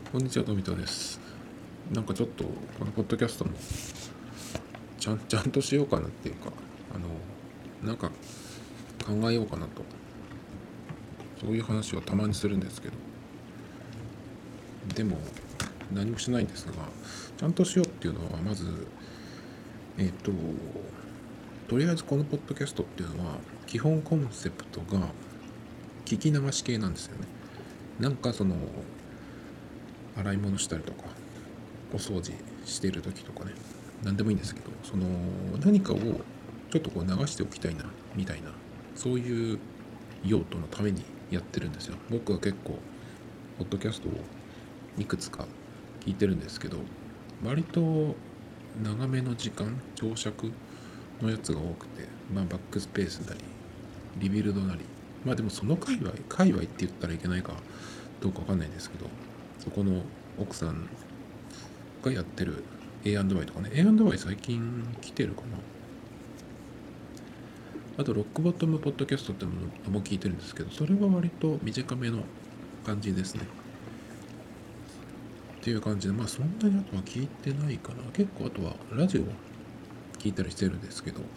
こんにちは、富田です。なんかちょっと、このポッドキャストもちゃんとしようかなっていうか、なんか考えようかなと、そういう話をたまにするんですけど、でも何もしないんですが、ちゃんとしようっていうのは、まず、えっと、とりあえずこのポッドキャストっていうのは、基本コンセプトが聞き流し系なんですよね。なんか洗い物したりとか、お掃除している時とかね、何でもいいんですけど、何かをちょっとこう流しておきたいなみたいな、そういう用途のためにやってるんですよ。僕は結構ポッドキャストをいくつか聞いてるんですけど、割と長めの時間長尺のやつが多くて、バックスペースなりリビルドなり、でもその界隈って言ったらいけないかどうかわかんないんですけど、そこの奥さんがやってる A&Y とかね、 A&Y 最近来てるかな。あとロックボトムポッドキャストってものも聞いてるんですけど、それは割と短めの感じですねっていう感じで、そんなにあとは聞いてないかな。結構あとはラジオ聞いたりしてるんですけど、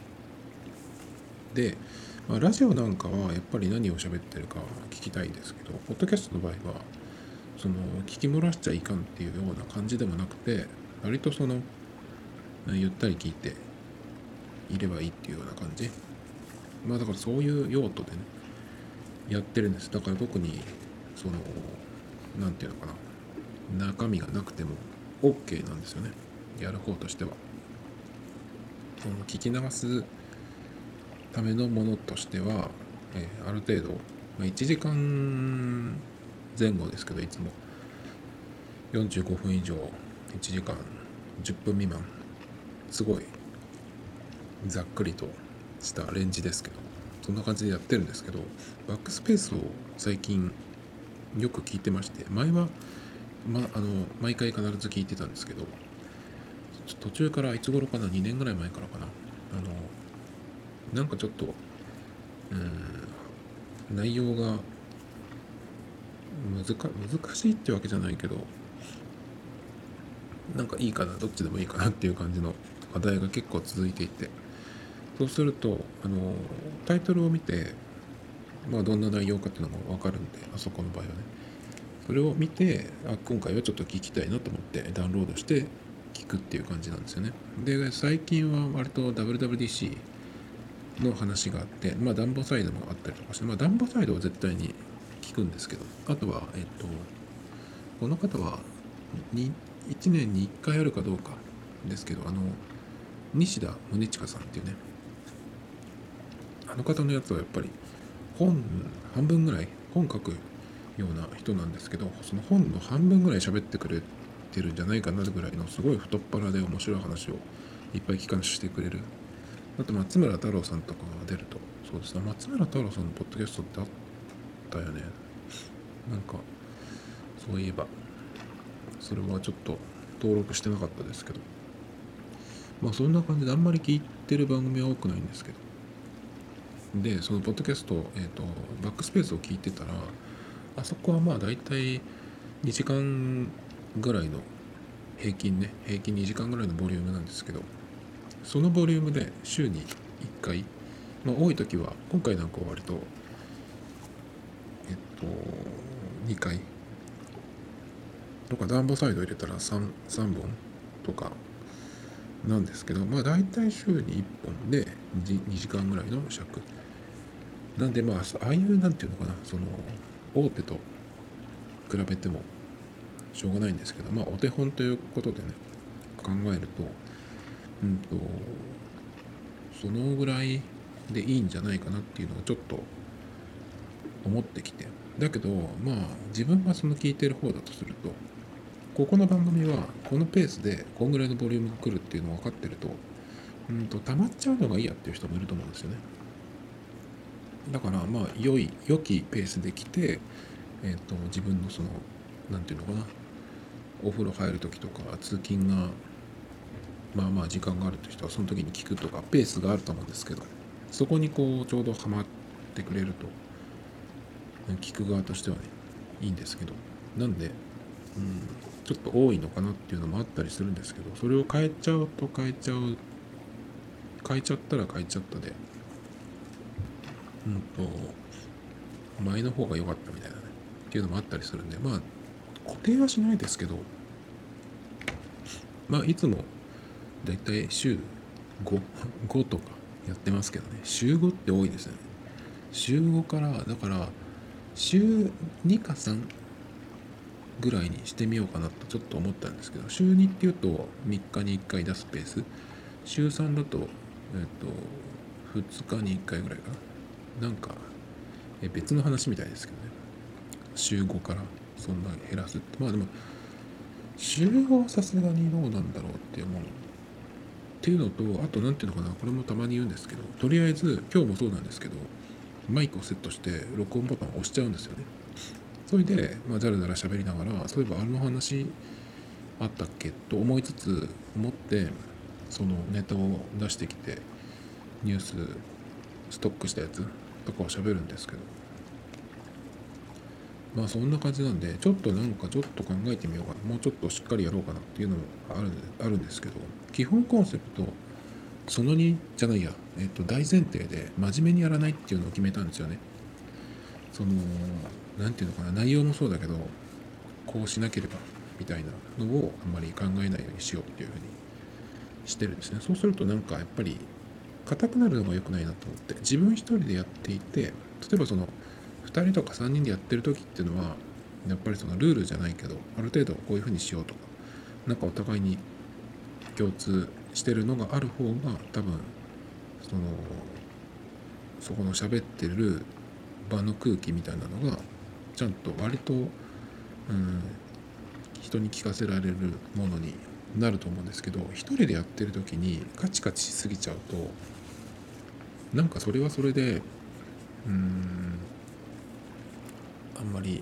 で、ラジオなんかはやっぱり何を喋ってるか聞きたいんですけど、ポッドキャストの場合は聞き漏らしちゃいかんっていうような感じでもなくて、割とゆったり聞いていればいいっていうような感じ。だからそういう用途でねやってるんです。だから特にそのなんていうのかな、中身がなくても OK なんですよね、やる方としては。聞き流すためのものとしては、ある程度、1時間前後ですけど、いつも45分以上、1時間10分未満、すごいざっくりとしたレンジですけど、そんな感じでやってるんですけど、バックスペースを最近よく聞いてまして、前は、毎回必ず聞いてたんですけど、途中からいつ頃かな、2年ぐらい前からかな、なんかちょっと、内容が難しいってわけじゃないけど、なんかいいかな、どっちでもいいかなっていう感じの話題が結構続いていて、そうすると、タイトルを見て、どんな内容かっていうのが分かるんで、あそこの場合はね。それを見て、今回はちょっと聞きたいなと思ってダウンロードして聞くっていう感じなんですよね。で、最近は割と WWDC の話があって、ダンボサイドもあったりとかして、ダンボサイドは絶対に聞くんですけど、あとは、この方は1年に1回あるかどうかですけど、西田宗近さんっていうね、あの方のやつはやっぱり本半分ぐらい本書くような人なんですけど、その本の半分ぐらい喋ってくれてるんじゃないかなぐらいのすごい太っ腹で面白い話をいっぱい聞かせてくれる。あと松村太郎さんとかが出ると、そうですね、松村太郎さんのポッドキャストってあったよね。なんかそういえばそれはちょっと登録してなかったですけど、そんな感じであんまり聞いてる番組は多くないんですけど、でそのポッドキャスト、バックスペースを聞いてたら、あそこはだいたい2時間ぐらいの平均2時間ぐらいのボリュームなんですけど、そのボリュームで週に1回、多い時は今回なんかは割と2回とか、ダンボサイド入れたら3本とかなんですけど、だいたい週に1本で2時間ぐらいの尺なんで、ああいうなんていうのかな、大手と比べてもしょうがないんですけど、お手本ということでね考えると、うんとそのぐらいでいいんじゃないかなっていうのをちょっと思ってきて、だけど自分が聞いてる方だとすると、ここの番組はこのペースでこんぐらいのボリュームが来るっていうのが分かってると、溜まっちゃうのがいいやっていう人もいると思うんですよね。だから良きペースで来て、自分のなんていうのかな、お風呂入る時とか通勤が時間があるという人はその時に聞くとかペースがあると思うんですけど、そこにちょうどハマってくれると聞く側としてはねいいんですけど、なんでちょっと多いのかなっていうのもあったりするんですけど、それを変えちゃったら変えちゃったで、前の方が良かったみたいなねっていうのもあったりするんで、まあ固定はしないですけど、まあいつもだいたい週5とかやってますけどね。週5って多いですよね。週5からだから週2か3ぐらいにしてみようかなとちょっと思ったんですけど、週2っていうと3日に1回出すペース、週3だと2日に1回ぐらいかな。なんか別の話みたいですけどね。週5からそんな減らすって、まあでも週5はさすがにどうなんだろうって思うっていうのと、あとなんていうのかな、これもたまに言うんですけど、とりあえず今日もそうなんですけど、マイクをセットして録音ボタンを押しちゃうんですよね。それで、だらだら喋りながら、そういえばあの話あったっけと思いつつ、思って、そのネタを出してきて、ニュースストックしたやつとかを喋るんですけど、まあそんな感じなんで、ちょっと考えてみようかな。もうちょっとしっかりやろうかなっていうのもあるんですけど、基本コンセプト、その2じゃないや、大前提で真面目にやらないっていうのを決めたんですよね。その、なんていうのかな、内容もそうだけど、こうしなければみたいなのをあんまり考えないようにしようっていうふうにしてるんですね。そうするとなんかやっぱり硬くなるのが良くないなと思って、自分一人でやっていて、例えばその2人とか3人でやってる時っていうのは、やっぱりそのルールじゃないけど、ある程度こういうふうにしようとか、なんかお互いに共通してるのがある方が多分そのそこの喋ってる場の空気みたいなのがちゃんと割と、人に聞かせられるものになると思うんですけど、一人でやってる時にカチカチしすぎちゃうと、なんかそれはそれであんまり、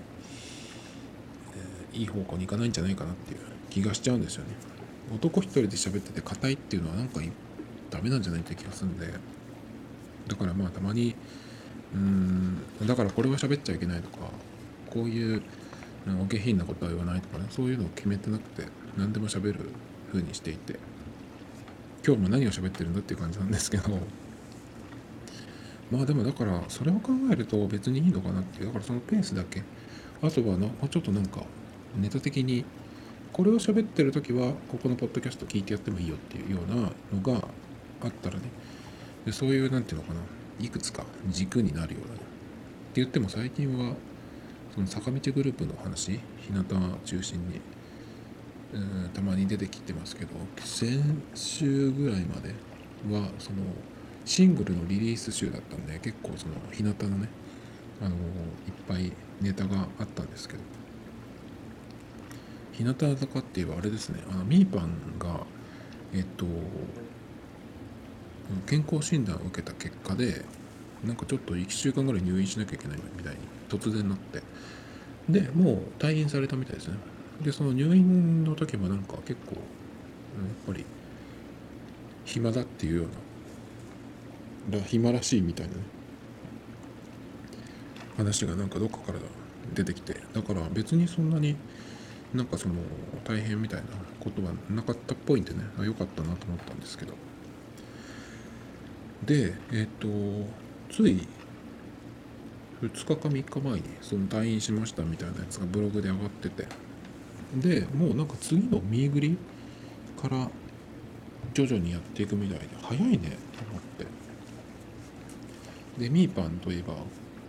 いい方向に行かないんじゃないかなっていう気がしちゃうんですよね。男一人で喋ってて硬いっていうのはなんかダメなんじゃないって気がするんで、だからまあたまにだからこれは喋っちゃいけないとか、こういうお下品なことは言わないとかね、そういうのを決めてなくて何でも喋る風にしていて、今日も何を喋ってるんだっていう感じなんですけど、まあでもだからそれを考えると別にいいのかなっていう、だからそのペースだけ、あとはもうちょっとなんかネタ的にこれを喋ってる時はここのポッドキャスト聞いてやってもいいよっていうようなのがあったらね、でそういうなんていうのかな、いくつか軸になるような、って言っても最近はその坂道グループの話、日向中心にたまに出てきてますけど、先週ぐらいまではそのシングルのリリース週だったんで、結構その日向のね、いっぱいネタがあったんですけど、日向坂って言えばあれですね、ミーパンが健康診断を受けた結果で、なんかちょっと1週間ぐらい入院しなきゃいけないみたいに突然なって、でもう退院されたみたいですね。でその入院の時もなんか結構やっぱり暇だっていうような暇らしいみたいなね話がなんかどっかから出てきて、だから別にそんなになんかその大変みたいなことはなかったっぽいんでね、良かったなと思ったんですけど、でつい2日か3日前にその退院しましたみたいなやつがブログで上がってて、でもうなんか次の見ぐりから徐々にやっていくみたいで早いねと思って、でミーパンといえば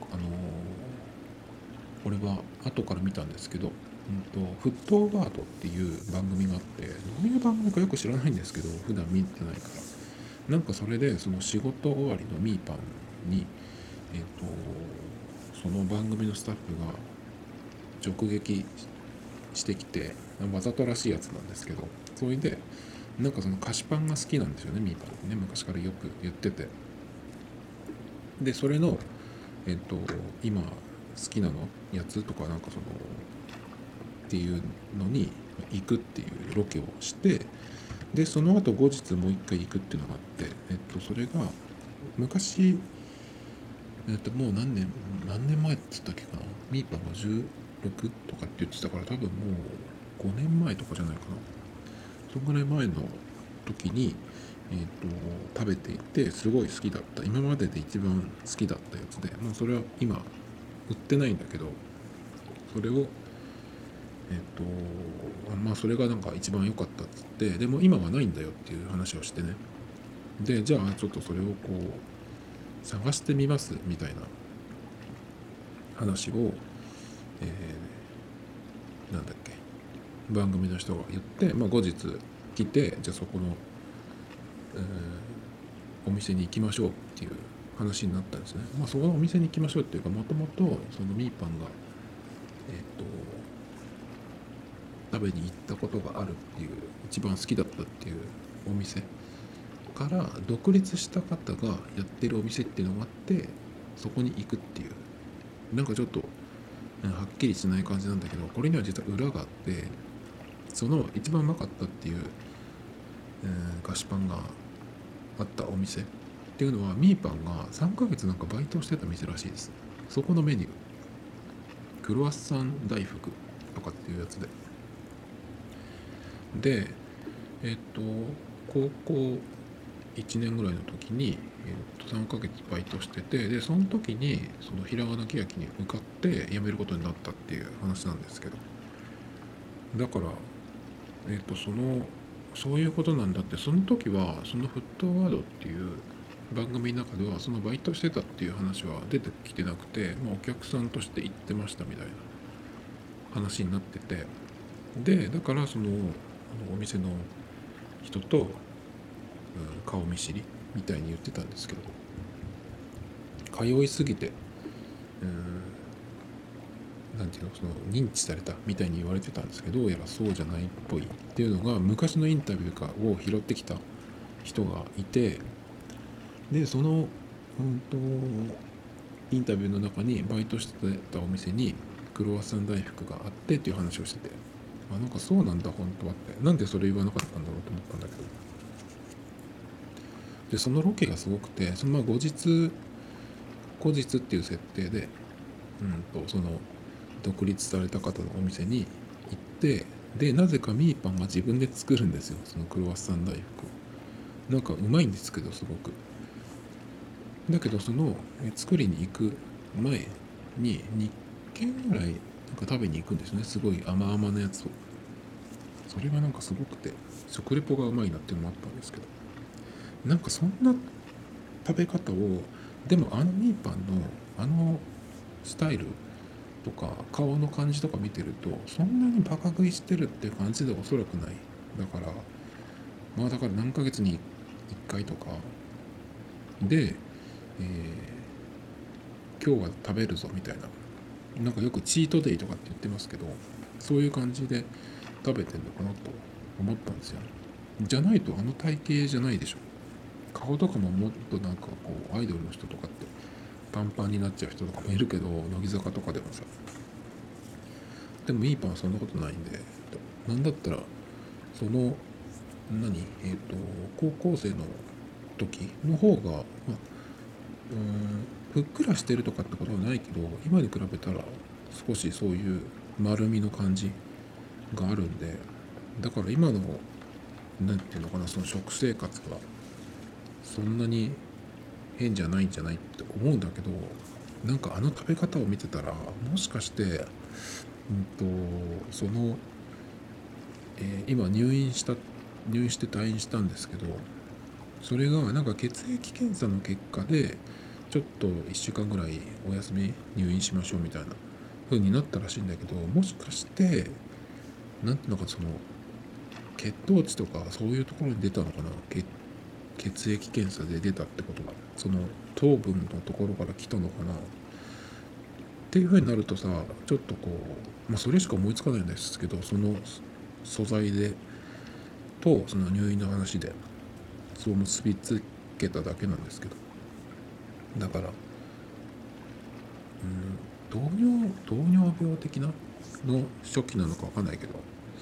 これは後から見たんですけど、フットオーバードっていう番組があって、どういう番組かよく知らないんですけど、普段見てないから、なんかそれでその仕事終わりのミーパンに、その番組のスタッフが直撃してきて、わざとらしいやつなんですけど、それでなんかその菓子パンが好きなんですよね、ミーパンってね、昔からよく言ってて、でそれの今好きなのやつとかなんかそのっていうのに行くっていうロケをして、でその後後日もう一回行くっていうのがあって、それが昔もう何年前って言ったっけかな、ミーパンが16とかって言ってたから、多分も 5年前とかじゃないかな、そのぐらい前の時に、食べていてすごい好きだった、今までで一番好きだったやつで、もうそれは今売ってないんだけど、それをそれがなんか一番良かったっつって、でも今はないんだよっていう話をしてね、でじゃあちょっとそれをこう探してみますみたいな話を、なんだっけ、番組の人が言って、後日来て、じゃあそこの、お店に行きましょうっていう話になったんですね。そこのお店に行きましょうっていうか、もともとそのミーパンが食べに行ったことがあるっていう、一番好きだったっていうお店から独立した方がやってるお店っていうのがあって、そこに行くっていう、なんかちょっとはっきりしない感じなんだけど、これには実は裏があって、その一番うまかったっていう、菓子パンがあったお店っていうのは、ミーパンが3ヶ月なんかバイトしてた店らしいです。そこのメニュー、クロワッサン大福とかっていうやつで、高校1年ぐらいの時に、3ヶ月バイトしてて、でその時にそのひらがなけやきに受かって辞めることになったっていう話なんですけど、だからそういうことなんだって、その時はそのフットワードっていう番組の中ではそのバイトしてたっていう話は出てきてなくて、お客さんとして行ってましたみたいな話になってて、でだからそのお店の人と、顔見知りみたいに言ってたんですけど、通いすぎて、なんていうの、その認知されたみたいに言われてたんですけど、どうやらそうじゃないっぽいっていうのが、昔のインタビューを拾ってきた人がいて、でその、インタビューの中にバイトしてたお店にクロワッサン大福があってっていう話をしてて、なんかそうなんだ本当はって、なんでそれ言わなかったんだろうと思ったんだけど、でそのロケがすごくて、その後日っていう設定で、その独立された方のお店に行って、でなぜかミーパンが自分で作るんですよ、そのクロワッサン大福を。なんかうまいんですけど、すごく。だけどその作りに行く前に2軒ぐらいなんか食べに行くんですね、すごい甘々なやつを。それがなんかすごくて、食レポがうまいなっていうのもあったんですけど、なんかそんな食べ方を、でもミーパンのスタイルとか顔の感じとか見てると、そんなにバカ食いしてるっていう感じではおそらくない。だからだから何ヶ月に1回とかで、今日は食べるぞみたいな、なんかよくチートデイとかって言ってますけど、そういう感じで食べてんのかなと思ったんですよね。じゃないと体型じゃないでしょ。顔とかももっとなんかこうアイドルの人とかってパンパンになっちゃう人とかもいるけど、乃木坂とかでもさ。でもミーパンはそんなことないんで、なんだったらその高校生の時の方が、ふっくらしてるとかってことはないけど、今に比べたら少しそういう丸みの感じがあるんで、だから今のなんていうのかな、その食生活はそんなに変じゃないんじゃないって思うんだけど、なんか食べ方を見てたら、もしかしてその、今入院して退院したんですけど、それがなんか血液検査の結果でちょっと1週間ぐらいお休み入院しましょうみたいな風になったらしいんだけど、もしかしてなんていうのか、その血糖値とかそういうところに出たのかな、血液検査で出たってことが、その糖分のところから来たのかなっていう風になるとさ、ちょっとこう、それしか思いつかないんですけど、その素材でとその入院の話でそう結びつけただけなんですけど、だから糖尿病的なの初期なのか分かんないけど、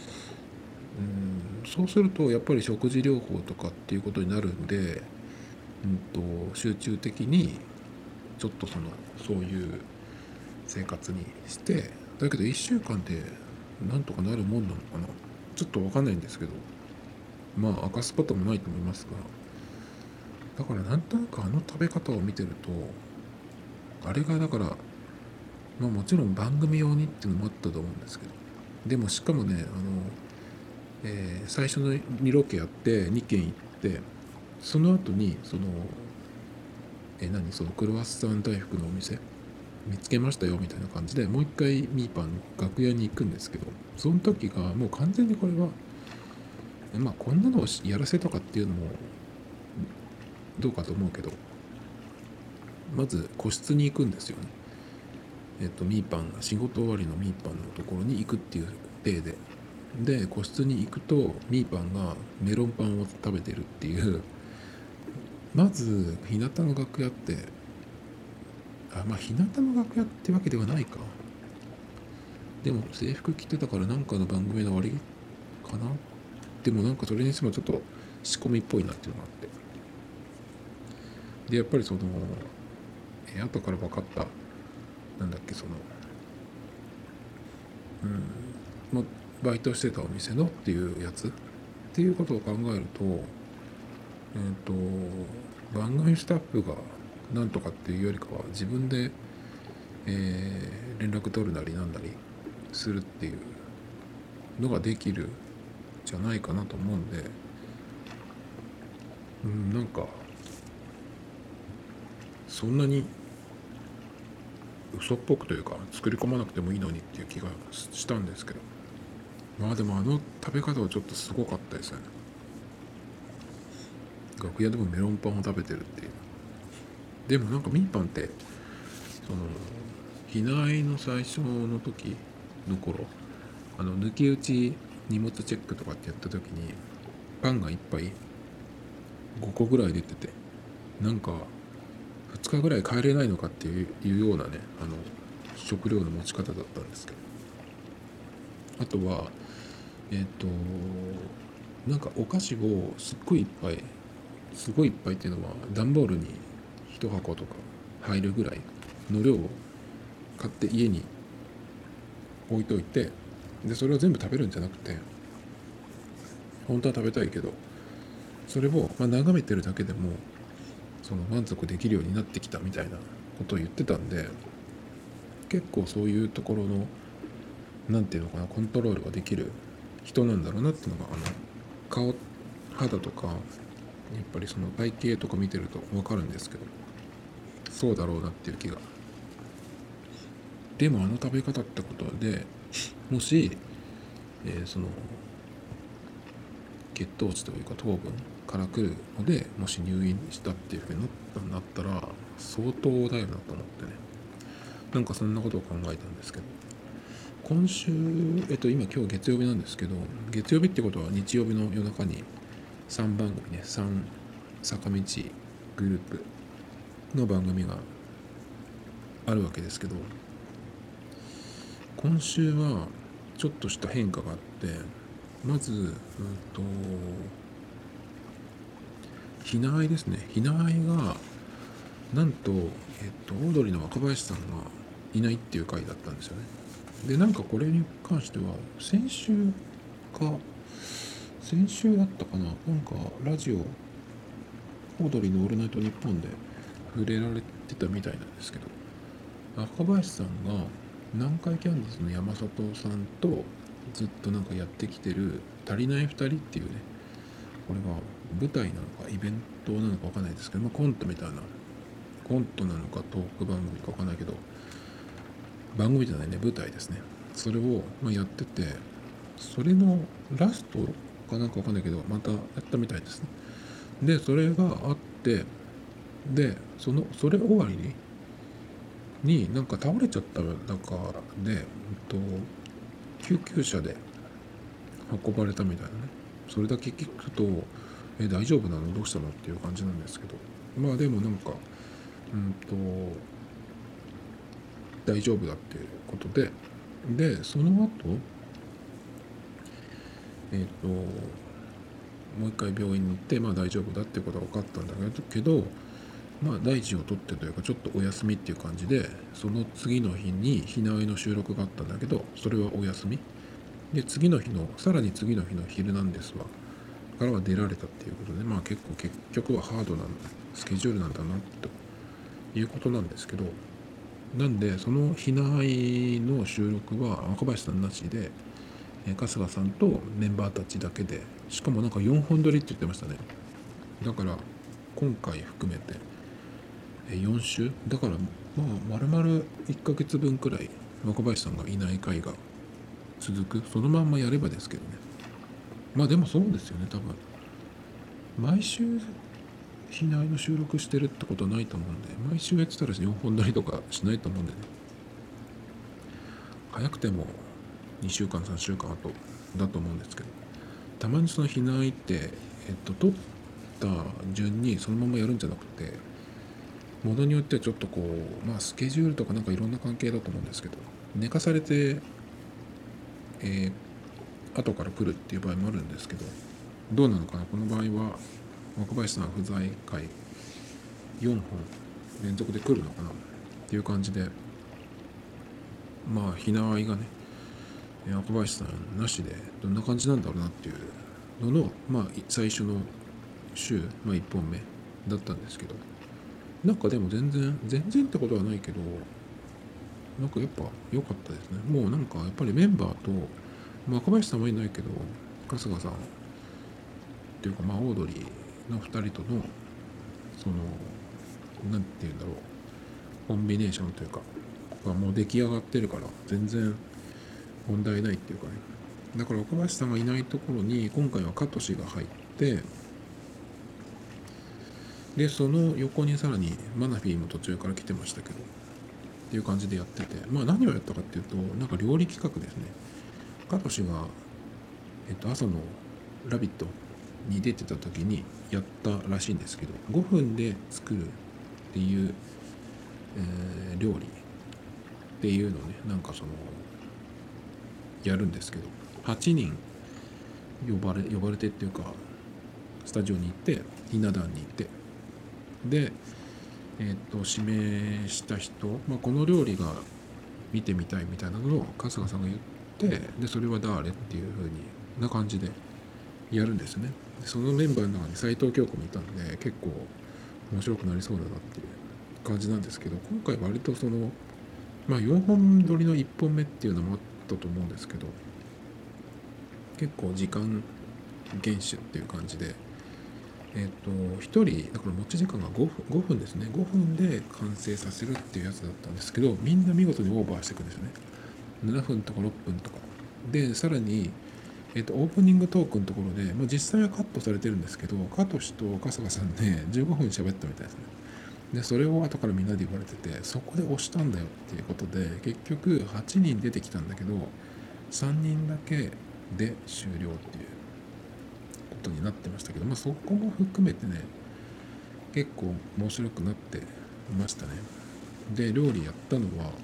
そうするとやっぱり食事療法とかっていうことになるんで、集中的にちょっとそういう生活にして、だけど1週間でなんとかなるもんなのかな。ちょっとわかんないんですけど、まあ明かすこともないと思いますが、だからなんとなくあの食べ方を見てると、あれがだから、まあもちろん番組用にっていうのもあったと思うんですけど、でもしかもね、最初の2ロケやって2軒行って、その後にそのクロワッサン大福のお店見つけましたよみたいな感じでもう一回ミーパンの楽屋に行くんですけど、その時がもう完全にこれはまあこんなのをやらせとかっていうのもどうかと思うけど、まず個室に行くんですよね。ミーパンが仕事終わりのミーパンのところに行くっていう体で個室に行くとミーパンがメロンパンを食べてるっていう。まず日向の楽屋って、まあ日向の楽屋ってわけではないか。でも制服着てたからなんかの番組の終わりかな。でもなんかそれにしてもちょっと仕込みっぽいなっていうのがあって、でやっぱり後から分かった、なんだっけ、まあバイトしてたお店のっていうやつっていうことを考えると、番組スタッフがなんとかっていうよりかは自分で、連絡取るなりなんなりするっていうのができるじゃないかなと思うんで、なんかそんなに嘘っぽくというか作り込まなくてもいいのにっていう気がしたんですけど、まあでもあの食べ方はちょっとすごかったですよね。楽屋でもメロンパンを食べてるっていう。でもなんかミーパンって避難の最初の時の頃、抜き打ち荷物チェックとかってやった時にパンが1杯5個ぐらい出てて、なんか2日ぐらい帰れないのかっていうようなね、食料の持ち方だったんですけど、あとはなんかお菓子をすっごいいっぱい、すごいいっぱいっていうのは段ボールに1箱とか入るぐらいの量を買って家に置いといて、でそれを全部食べるんじゃなくて、本当は食べたいけどそれを眺めてるだけでも満足できるようになってきたみたいなことを言ってたんで、結構そういうところのなんていうのかな、コントロールができる人なんだろうなっていうのが、肌とかやっぱりその体型とか見てると分かるんですけど、そうだろうなっていう気が。でもあの食べ方ってことでもし、その血糖値というか糖分から来るのでもし入院したっていうふうになったら相当だよなと思ってね、なんかそんなことを考えたんですけど、今週今月曜日なんですけど、月曜日ってことは日曜日の夜中に3番組ね、3坂道グループの番組があるわけですけど、今週はちょっとした変化があって、まずひなあいですね。ひなあいがなんと、オードリーの若林さんがいないっていう回だったんですよね。でなんかこれに関しては先週だったかな、なんかラジオオードリーのオールナイトニッポンで触れられてたみたいなんですけど、若林さんが南海キャンディーズの山里さんとずっとなんかやってきてる足りない2人っていうね、これは舞台なのかイベントなのか分かんないですけど、コントみたいな、コントなのかトーク番組か分かんないけど、番組じゃないね、舞台ですね。それをやってて、それのラストかなんか分かんないけどまたやったみたいですね。でそれがあって、でそれ終わりになんか倒れちゃった中で、救急車で運ばれたみたいなね。それだけ聞くと大丈夫なの、どうしたのっていう感じなんですけど、まあでもなんか大丈夫だっていうことでその後もう一回病院に行って、大丈夫だっていうことが分かったんだけど、大事を取ってというかちょっとお休みっていう感じで、その次の日にひなあいの収録があったんだけどそれはお休みでさらに次の日のヒルナンデスからは出られたっていうことで、結局はハードなスケジュールなんだなということなんですけど、なんでその避難の収録は若林さんなしで、春日さんとメンバーたちだけで、しかもなんか4本撮りって言ってましたね。だから今回含めて4週だから、丸々1ヶ月分くらい若林さんがいない回が続く。そのまんまやればですけどね。でもそうですよね。多分毎週避難の収録してるってことはないと思うんで、毎週やってたら4本撮りとかしないと思うんでね。早くても2週間3週間後だと思うんですけど、たまにその避難行って、撮った順にそのままやるんじゃなくて、ものによってはちょっとスケジュールとかなんかいろんな関係だと思うんですけど、寝かされて、後から来るっていう場合もあるんですけど、どうなのかな。この場合は若林さん不在回4本連続で来るのかなっていう感じで、ひなあいがね、若林さんなしでどんな感じなんだろうなっていうのの、最初の週、1本目だったんですけど、なんかでも全然ってことはないけど、なんかやっぱ良かったですね。もうなんかやっぱりメンバーと、若林さんはいないけど、春日さんっていうか、オードリーの2人とのそのなんていうんだろう、コンビネーションというかがもう出来上がってるから、全然問題ないっていうかね。だから若林さんがいないところに今回はカトシが入って、でその横にさらにマナフィーも途中から来てましたけどっていう感じでやってて、何をやったかっていうと、なんか料理企画ですね。カトシが朝のラビットに出てた時にやったらしいんですけど、5分で作るっていう、料理っていうのをね、なんかやるんですけど、8人呼ばれてっていうか、スタジオに行ってひな壇に行って、で指名した人、この料理が見てみたいみたいなのを春日さんが言って、でそれは誰っていう風にな感じでやるんですね。そのメンバーの中に斉藤京子もいたんで、結構面白くなりそうだなっていう感じなんですけど、今回割と4本撮りの1本目っていうのもあったと思うんですけど、結構時間厳守っていう感じで、1人だから持ち時間が5分ですね。5分で完成させるっていうやつだったんですけど、みんな見事にオーバーしていくんですよね。7分とか6分とかで、さらにオープニングトークのところで、実際はカットされてるんですけど、加藤氏と春日さんで15分喋ったみたいですね。でそれを後からみんなで言われてて、そこで押したんだよっていうことで、結局8人出てきたんだけど3人だけで終了っていうことになってましたけど、そこも含めてね、結構面白くなっていましたね。で料理やったのは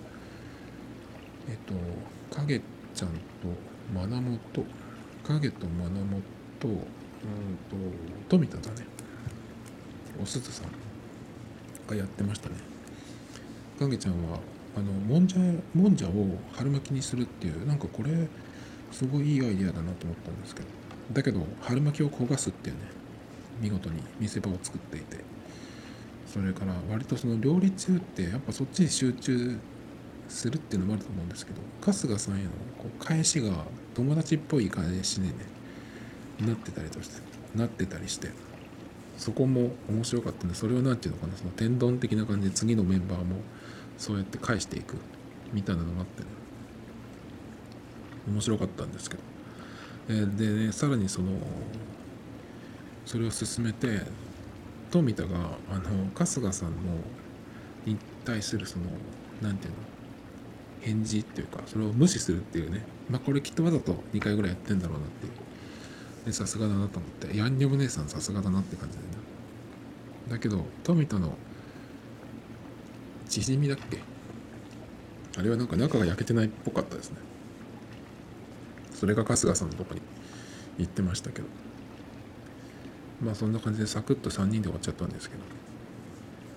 影ちゃんとまなもと影とまなもと富田だね、おすずさんがやってましたね。影ちゃんはもんじゃを春巻きにするっていう、なんかこれすごいいいアイデアだなと思ったんですけど、だけど春巻きを焦がすっていうね、見事に見せ場を作っていて、それから割とその料理中ってやっぱそっちに集中するっていうのもあると思うんですけど、春日さんへの返しが友達っぽい返しでね、なってたりして、そこも面白かったんで、それをなんていうのかな、その天丼的な感じで次のメンバーもそうやって返していくみたいなのがあってね、面白かったんですけど、でね、さらにそれを進めて、富田が春日さんのに対するなんていうの、返事っていうか、それを無視するっていうね、これきっとわざと2回ぐらいやってんだろうなっていうで、さすがだなと思って、ヤンニョム姉さんさすがだなって感じでね。だけど富田のチヂミだっけ、あれはなんか中が焼けてないっぽかったですね。それが春日さんのとこに言ってましたけど、そんな感じでサクッと3人で終わっちゃったんですけ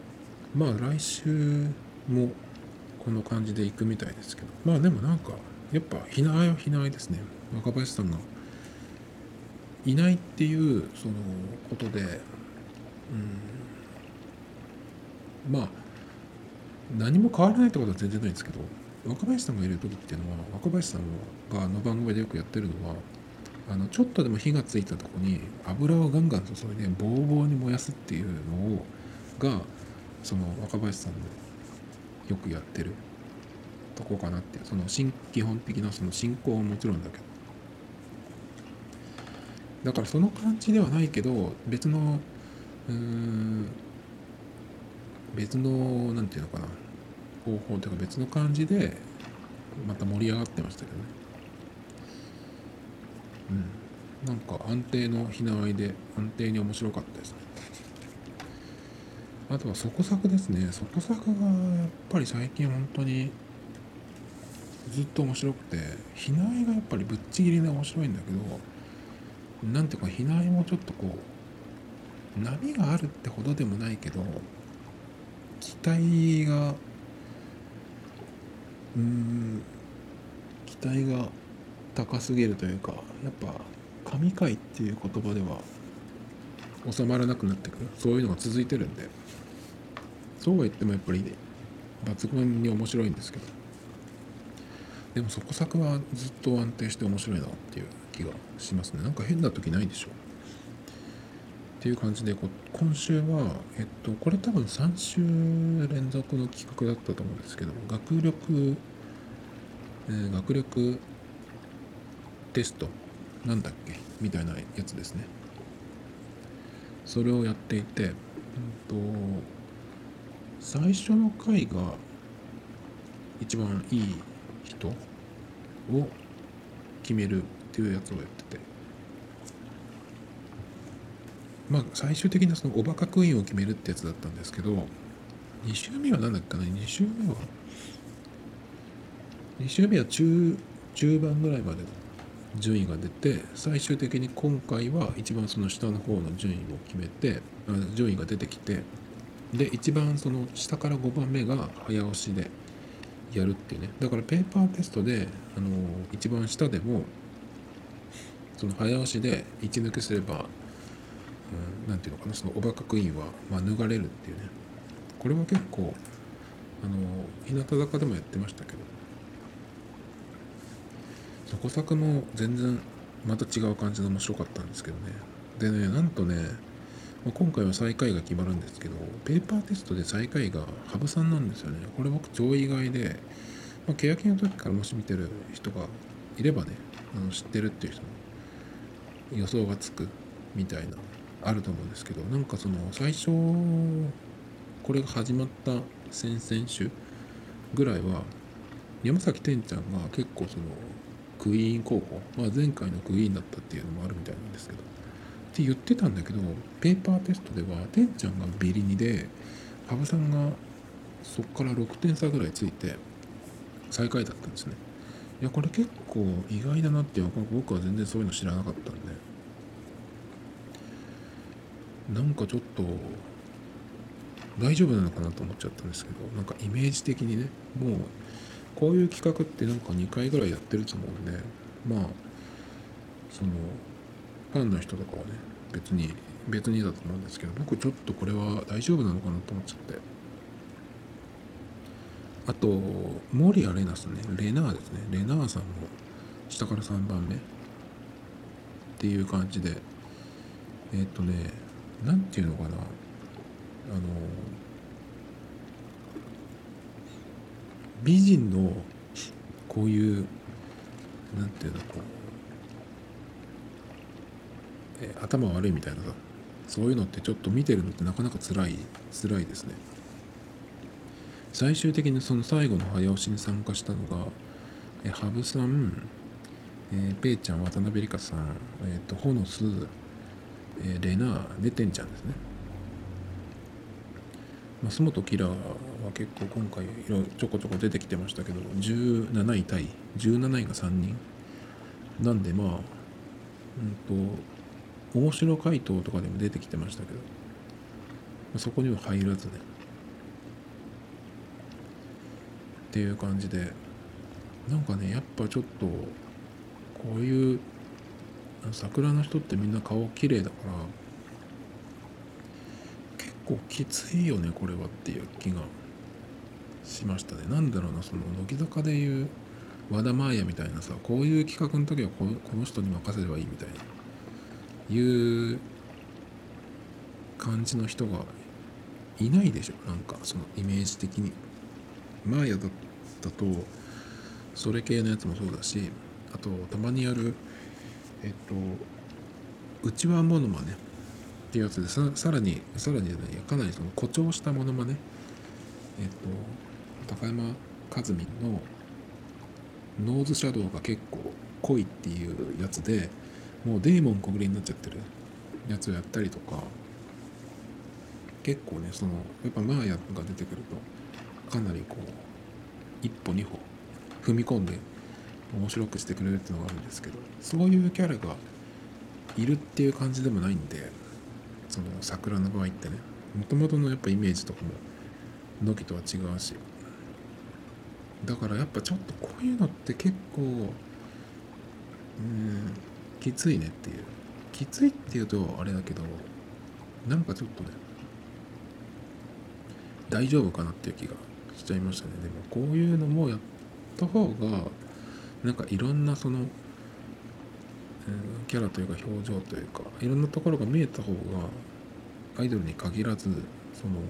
ど、来週もこの感じで行くみたいですけど、でもなんかやっぱ非難は非難ですね。若林さんがいないっていうそのことで、まあ何も変わらないってことは全然ないんですけど、若林さんがいる時っていうのは、若林さんが番組でよくやってるのは、ちょっとでも火がついたとこに油をガンガン注いでボーボーに燃やすっていうのがその若林さんのよくやってるとこかなっていう、その基本的なその進行はもちろんだけど、だからその感じではないけど、うーん別のなんていうのかな、方法というか別の感じでまた盛り上がってましたけどね。なんか安定のひなあいで安定に面白かったですね。あとはそこ作ですね。そこ作がやっぱり最近本当にずっと面白くて、ひなあいがやっぱりぶっちぎりで面白いんだけど、なんていうかひなあいもちょっとこう波があるってほどでもないけど、期待がうーん期待が高すぎるというか、やっぱ神回っていう言葉では収まらなくなってくる、そういうのが続いてるんで、そうは言ってもやっぱり抜群に面白いんですけど、でもそこ作はずっと安定して面白いなっていう気がしますね。なんか変な時ないでしょっていう感じで、今週はこれ多分3週連続の企画だったと思うんですけど、学力テストなんだっけみたいなやつですね。それをやっていて、最初の回が一番いい人を決めるっていうやつをやってて、まあ最終的なそのおバカクイーンを決めるってやつだったんですけど、2週目は何だっけかな、2週目は中盤ぐらいまでの順位が出て、最終的に今回は一番その下の方の順位を決めて、順位が出てきて、で一番その下から5番目が早押しでやるっていうね。だからペーパーテストで一番下でもその早押しで一抜けすれば、なんていうのかな、そのおバカクイーンは免れるっていうね。これは結構日向坂でもやってましたけど、そこ作も全然また違う感じで面白かったんですけどね。でね、なんとね、今回は最下位が決まるんですけど、ペーパーテストで最下位が羽生さんなんですよね。これ僕超意外で、欅の時からもし見てる人がいればね、知ってるっていう人も予想がつくみたいなあると思うんですけど、なんかその最初これが始まった先々週ぐらいは山崎天ちゃんが結構そのクイーン候補、前回のクイーンだったっていうのもあるみたいなんですけどって言ってたんだけど、ペーパーテストでは天ちゃんがビリ2で羽生さんがそこから6点差ぐらいついて最下位だったんですね。いやこれ結構意外だなっていう、僕は全然そういうの知らなかったんで、なんかちょっと大丈夫なのかなと思っちゃったんですけど、なんかイメージ的にね、もうこういう企画ってなんか2回ぐらいやってると思うんで、そのファンの人とかはね、別にだと思うんですけど、僕ちょっとこれは大丈夫なのかなと思っちゃって。あと守谷レナさんね、レナーですね、レナーさんも下から3番目っていう感じで、なんていうのかな、美人のこういうなんていうの頭悪いみたいなさ、そういうのってちょっと見てるのってなかなか辛いですね。最終的にその最後の早押しに参加したのが羽生さん、ペイちゃん、渡辺理香さん、ホノス、レナーでてんちゃんですね。増本キラーは結構今回ちょこちょこ出てきてましたけど、17位タイ、17位が3人なんで、面白回答とかでも出てきてましたけど、そこには入らずねっていう感じで、 なんかねやっぱちょっとこういう桜の人ってみんな顔綺麗だから結構きついよねこれはっていう気がしましたね。なんだろうな、その乃木坂でいう和田真彩みたいなさ、こういう企画の時はこの人に任せればいいみたいないう感じの人がいないでしょ。なんかそのイメージ的にマーヤだとそれ系のやつもそうだし、あとたまにやるうちわモノマネっていうやつでさらにじゃないや、かなりその誇張したモノマネ、高山和美のノーズシャドウが結構濃いっていうやつでもうデーモン小暮になっちゃってるやつをやったりとか、結構ねそのやっぱマーヤが出てくるとかなりこう一歩二歩踏み込んで面白くしてくれるっていうのがあるんですけど、そういうキャラがいるっていう感じでもないんで、その桜の場合ってね、もともとのやっぱイメージとかも乃木とは違うし、だからやっぱちょっとこういうのって結構きついねっていう、きついっていうとあれだけど、なんかちょっとね大丈夫かなっていう気がしちゃいましたね。でもこういうのもやった方がなんかいろんなその、キャラというか表情というかいろんなところが見えた方がアイドルに限らずその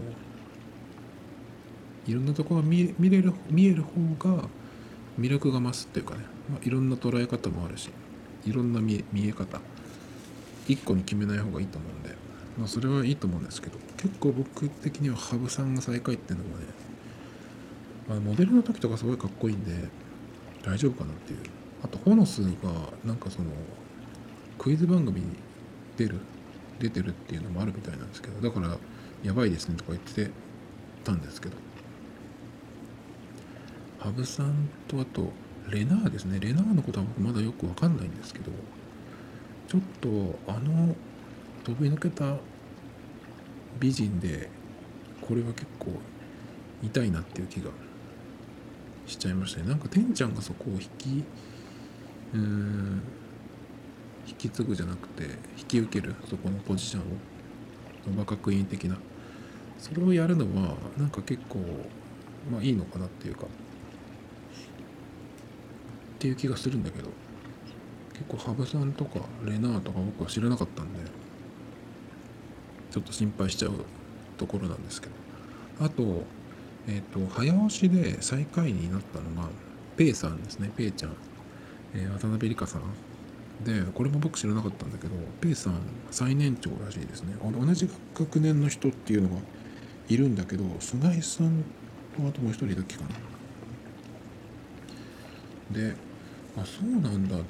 いろんなところが見える方が魅力が増すっていうかね、いろんな捉え方もあるしいろんな見え方一個に決めない方がいいと思うんで、それはいいと思うんですけど、結構僕的には羽生さんが最下位っていうのもね、モデルの時とかすごいかっこいいんで大丈夫かなっていう。あとホノスがなんかそのクイズ番組に出てるっていうのもあるみたいなんですけど、だからやばいですねとか言ってたんですけど、羽生さんとあとレナーですね。レナーのことは僕まだよくわかんないんですけど、ちょっと飛び抜けた美人でこれは結構痛いなっていう気がしちゃいましたね。なんかてんちゃんがそこを引き継ぐじゃなくて引き受けるそこのポジションを若クイーン的なそれをやるのはなんか結構いいのかなっていうかっていう気がするんだけど、結構羽生さんとかレナーとか僕は知らなかったんでちょっと心配しちゃうところなんですけど、あと早押しで最下位になったのがペイさんですね。ペイちゃん、渡辺梨香さんで、これも僕知らなかったんだけど、ペイさん最年長らしいですね。同じ学年の人っていうのがいるんだけど、菅井さんとあともう一人だけかな。で、そうなんだと思って、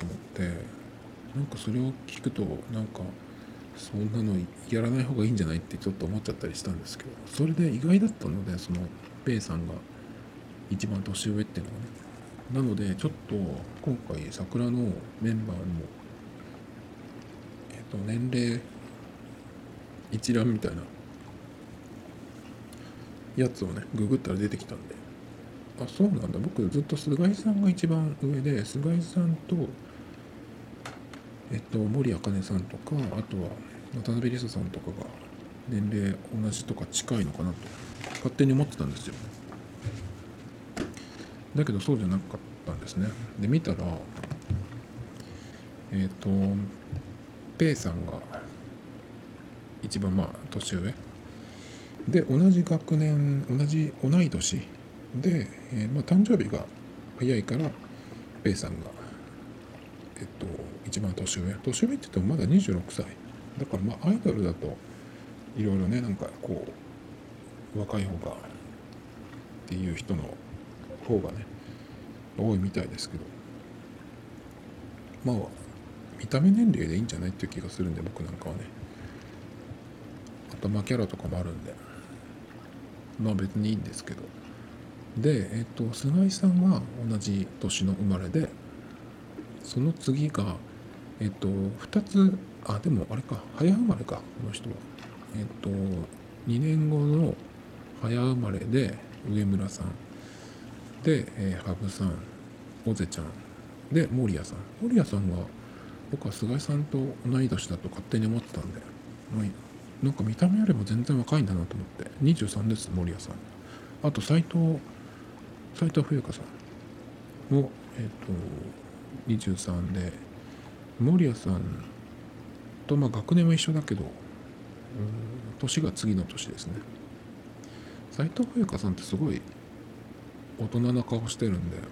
なんかそれを聞くと、なんかそんなのやらない方がいいんじゃないってちょっと思っちゃったりしたんですけど、それで意外だったので、そのペイさんが一番年上っていうのがね。なのでちょっと今回桜のメンバーにも年齢一覧みたいなやつをねググったら出てきたんで、そうなんだ、僕ずっと菅井さんが一番上で、菅井さんと森茜さんとか、あとは渡辺理沙さんとかが年齢同じとか近いのかなと勝手に思ってたんですよ。だけどそうじゃなかったんですね。で見たらペイさんが一番年上で、同じ学年同い年で、誕生日が早いからペイさんが一番年上って言ってもまだ26歳だから、アイドルだといろいろね、なんかこう若い方がっていう人の方がね多いみたいですけど、見た目年齢でいいんじゃないっていう気がするんで、僕なんかはね、頭キャラとかもあるんで別にいいんですけど、で菅井さんは同じ年の生まれで、その次が2つ、でもあれか、早生まれか、この人は2年後の早生まれで上村さんで、羽生さんオゼちゃんで守谷さん。守谷さんは僕は菅井さんと同い年だと勝手に思ってたんで、まあ、なんか見た目よりも全然若いんだなと思って。23です、守谷さん。あと斉藤冬香さんも23で、守谷さんとまあ学年は一緒だけど、年が次の年ですね。斉藤冬香さんってすごい大人な顔してるんで、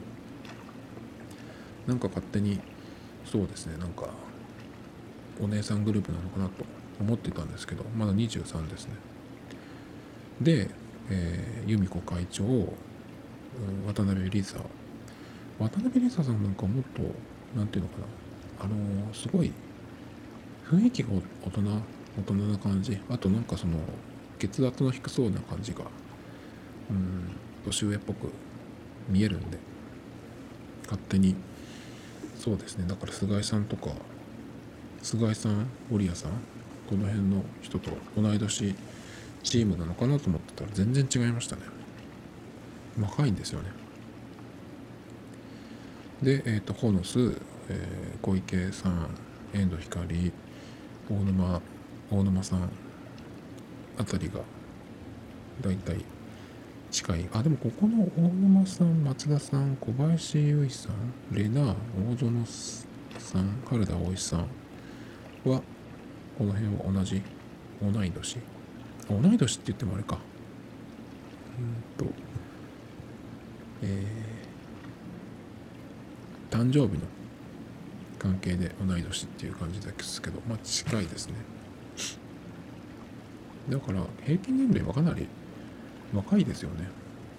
なんか勝手にそうですね、なんかお姉さんグループなのかなと思ってたんですけど、まだ23ですね。で、由美子会長、渡辺梨沙。渡辺梨沙さんなんかもっと、なんていうのかな、すごい雰囲気が大人な感じ。あとなんかその、血圧の低そうな感じが、年上っぽく見えるんで、勝手に、そうですね、だから菅井さんとか、菅井さん、守屋さん、この辺の人と同い年チームなのかなと思ってたら全然違いましたね。若いんですよね。で、ホノス、小池さん、遠藤光、大沼さんあたりがだいたい近い。あ、でもここの大沼さん、松田さん、小林優衣さん、レナー、大園さん、原田葵さんは、この辺は同い年。同い年って言ってもあれか。と、誕生日の関係で同い年っていう感じですけど、まあ近いですね。だから平均年齢はかなり若いですよね。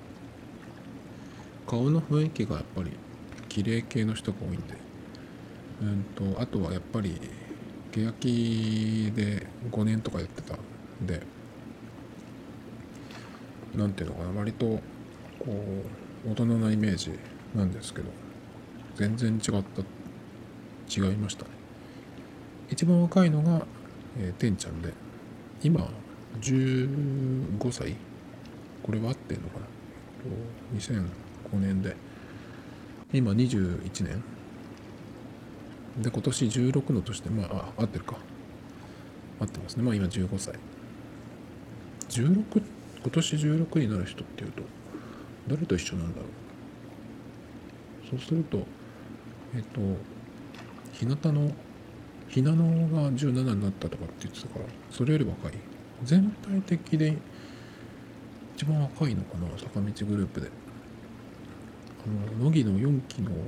顔の雰囲気がやっぱり綺麗系の人が多いんで、あとはやっぱり欅で5年とかやってたんで、なんていうのかな、割とこう大人なイメージなんですけど、全然違いましたね。一番若いのが、てんちゃんで、今15歳。これは合ってんのかな。2005年で今21年で、今年16の年で、まあ合ってるか、合ってますね。まあ今15歳、16、今年16になる人っていうと誰と一緒なんだろう。そうするとひなのが17になったとかって言ってたから、それより若い。全体的で一番若いのかな、坂道グループで。乃木の4期の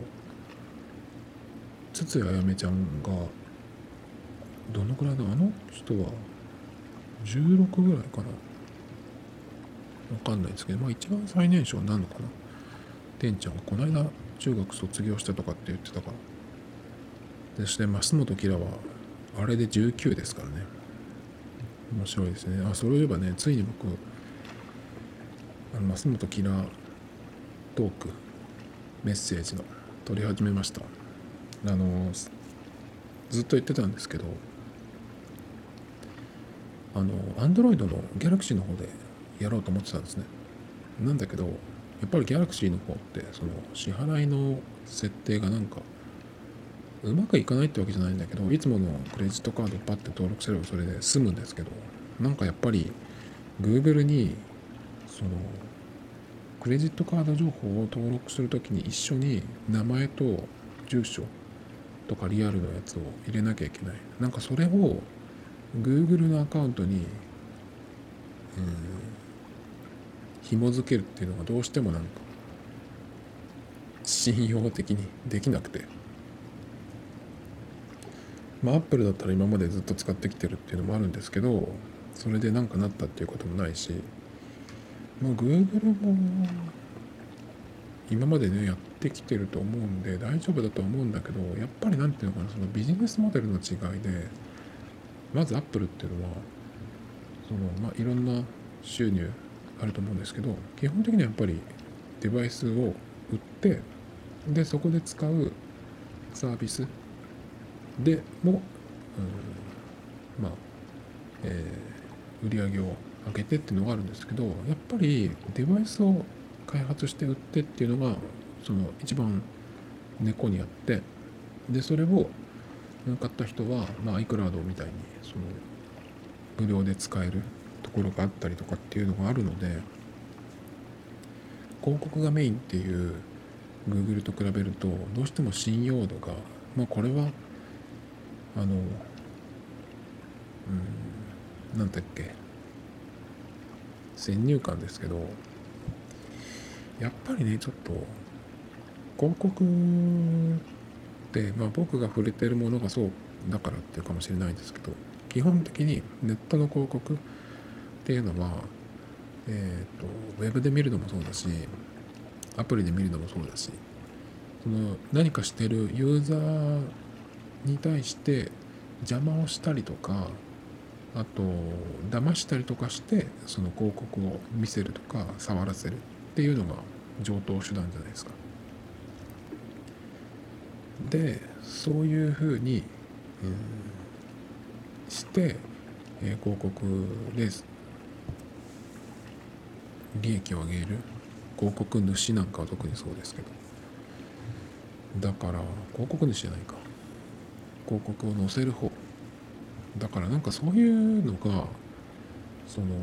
筒谷あやめちゃんがどのくらいだ、あの人は16ぐらいかな、わかんないですけど、まあ一番最年少になるのかな。てんちゃんがこの間中学卒業したとかって言ってたから。でして増本キラはあれで19ですからね。面白いですね。あ、それを言えばね、ついに僕増本キラトークメッセージの撮り始めました。ずっと言ってたんですけど、Android の Galaxy の方でやろうと思ってたんですね。なんだけど、やっぱり Galaxy の方ってその支払いの設定がなんかうまくいかないってわけじゃないんだけど、いつものクレジットカードパッて登録すればそれで済むんですけど、なんかやっぱり Google にそのクレジットカード情報を登録するときに一緒に名前と住所とかリアルのやつを入れなきゃいけない。なんかそれを Google のアカウントに紐付けるっていうのがどうしてもなんか信用的にできなくて、まあ Apple だったら今までずっと使ってきてるっていうのもあるんですけど、それでなんかなったっていうこともないし、まあ Google も今までねやってきてると思うんで大丈夫だとは思うんだけど、やっぱりなんていうのかな、そのビジネスモデルの違いで、まず Apple っていうのはそのまあいろんな収入あると思うんですけど、基本的にはやっぱりデバイスを売って、でそこで使うサービスでも、まあ、売り上げを上げてっていうのがあるんですけど、やっぱりデバイスを開発して売ってっていうのがその一番猫にあって、でそれを買った人は、iCloud みたいにその無料で使えるところがあったりとかっていうのがあるので、広告がメインっていう Google と比べるとどうしても信用度が、これはなんだっけ、先入観ですけど、やっぱりねちょっと広告って、僕が触れてるものがそうだからっていうかもしれないですけど、基本的にネットの広告っていうのは、ウェブで見るのもそうだし、アプリで見るのもそうだし、その何かしてるユーザーに対して邪魔をしたりとか、あと騙したりとかしてその広告を見せるとか触らせるっていうのが常套手段じゃないですか。でそういうふうに、して、広告で利益を上げる、広告主なんかは特にそうですけど、だから広告主じゃないか、広告を載せる方だから、そういうのがその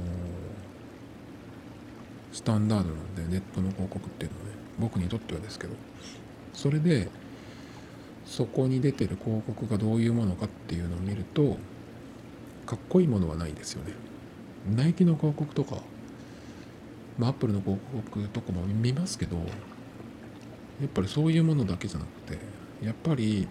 スタンダードなんで、ネットの広告っていうのはね、僕にとってはですけど、それでそこに出てる広告がどういうものかっていうのを見ると、かっこいいものはないですよね。ナイキの広告とか、アップルの広告とかも見ますけど、やっぱりそういうものだけじゃなくて、やっぱり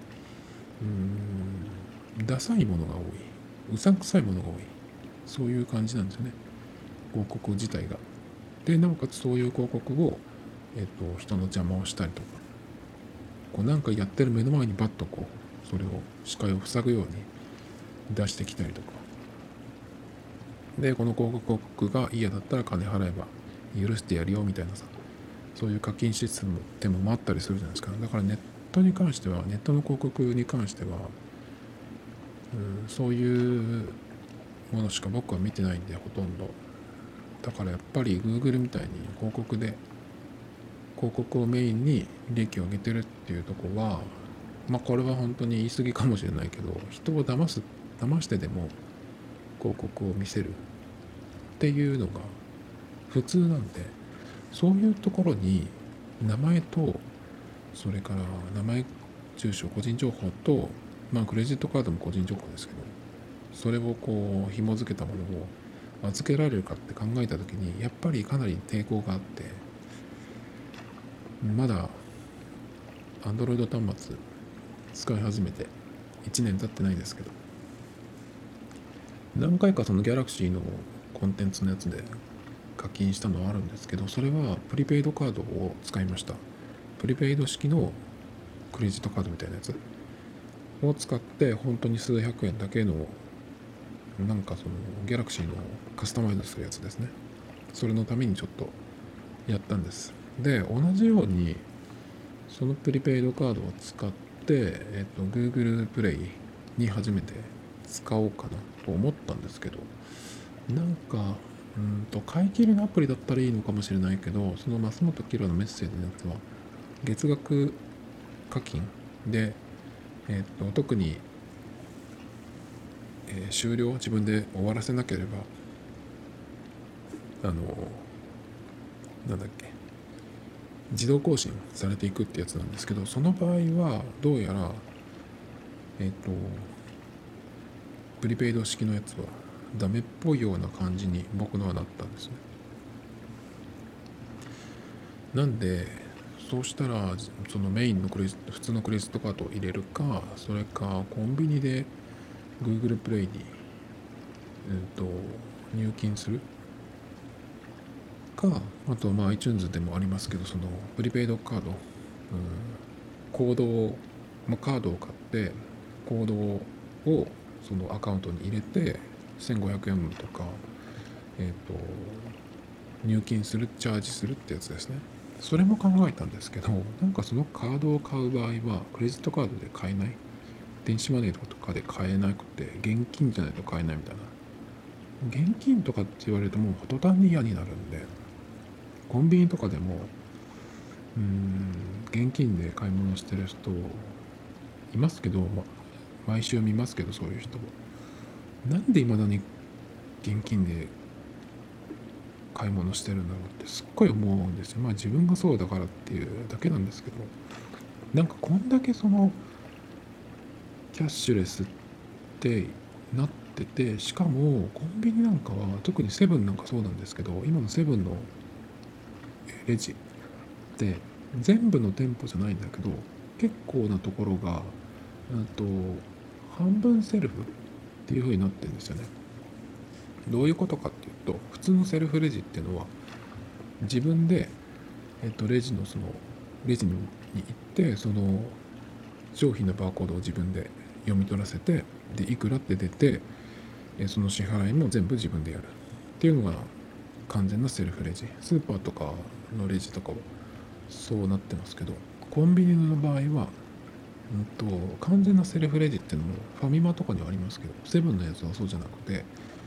ダサいものが多い、うさんくさいものが多い、そういう感じなんですよね、広告自体が。でなおかつそういう広告を、人の邪魔をしたりとか、なんかやってる目の前にバッとそれを視界を塞ぐように出してきたりとかで、この広告が嫌だったら金払えば許してやるよみたいなさ、そういう課金システムもあったりするじゃないですか。だからネットに関しては、ネットの広告に関しては、そういうものしか僕は見てないんで、ほとんど。だからやっぱり Google みたいに広告をメインに利益を上げてるっていうところは、これは本当に言い過ぎかもしれないけど、人を騙してでも広告を見せるっていうのが普通なんで、そういうところに名前と、それから名前、住所、個人情報と、クレジットカードも個人情報ですけど、それを紐付けたものを預けられるかって考えた時に、やっぱりかなり抵抗があって、まだ Android 端末使い始めて1年経ってないですけど、何回かその Galaxy のコンテンツのやつで課金したのはあるんですけど、それはプリペイドカードを使いました。プリペイド式のクレジットカードみたいなやつを使って、本当に数百円だけのそのギャラクシーのカスタマイズするやつですね。それのためにちょっとやったんです。で同じようにそのプリペイドカードを使って、Google プレイに初めて使おうかなと思ったんですけど、買い切りのアプリだったらいいのかもしれないけど、その増本キラのメッセージのやつは月額課金で、特に、終了自分で終わらせなければ自動更新されていくってやつなんですけど、その場合はどうやらプリペイド式のやつはダメっぽいような感じに僕のはなったんですね。なんでそうしたら、そのメインの普通のクレジットカードを入れるか、それかコンビニで Google プレイに、入金するか、あとiTunes でもありますけど、そのプリペイドカード、コードを、カードを買ってコードをそのアカウントに入れて1500円とか、入金する、チャージするってやつですね。それも考えたんですけど、そのカードを買う場合はクレジットカードで買えない、電子マネーとかで買えなくて、現金じゃないと買えないみたいな。現金とかって言われるともう途端に嫌になるんで、コンビニとかでも現金で買い物してる人いますけど、毎週見ますけど、そういう人もなんで未だに現金で買い物してるんだろうってすっごい思うんですよ。自分がそうだからっていうだけなんですけど、なんかこんだけそのキャッシュレスってなってて、しかもコンビニなんかは、特にセブンなんかそうなんですけど、今のセブンのレジって全部の店舗じゃないんだけど、結構なところがと半分セルフっていう風になってるんですよね。どういうことかっていうと、普通のセルフレジっていうのは自分で、レジのレジに行って、その商品のバーコードを自分で読み取らせて、でいくらって出て、その支払いも全部自分でやるっていうのが完全なセルフレジ。スーパーとかのレジとかはそうなってますけど、コンビニの場合は、完全なセルフレジっていうのもファミマとかにはありますけど、セブンのやつはそうじゃなくて、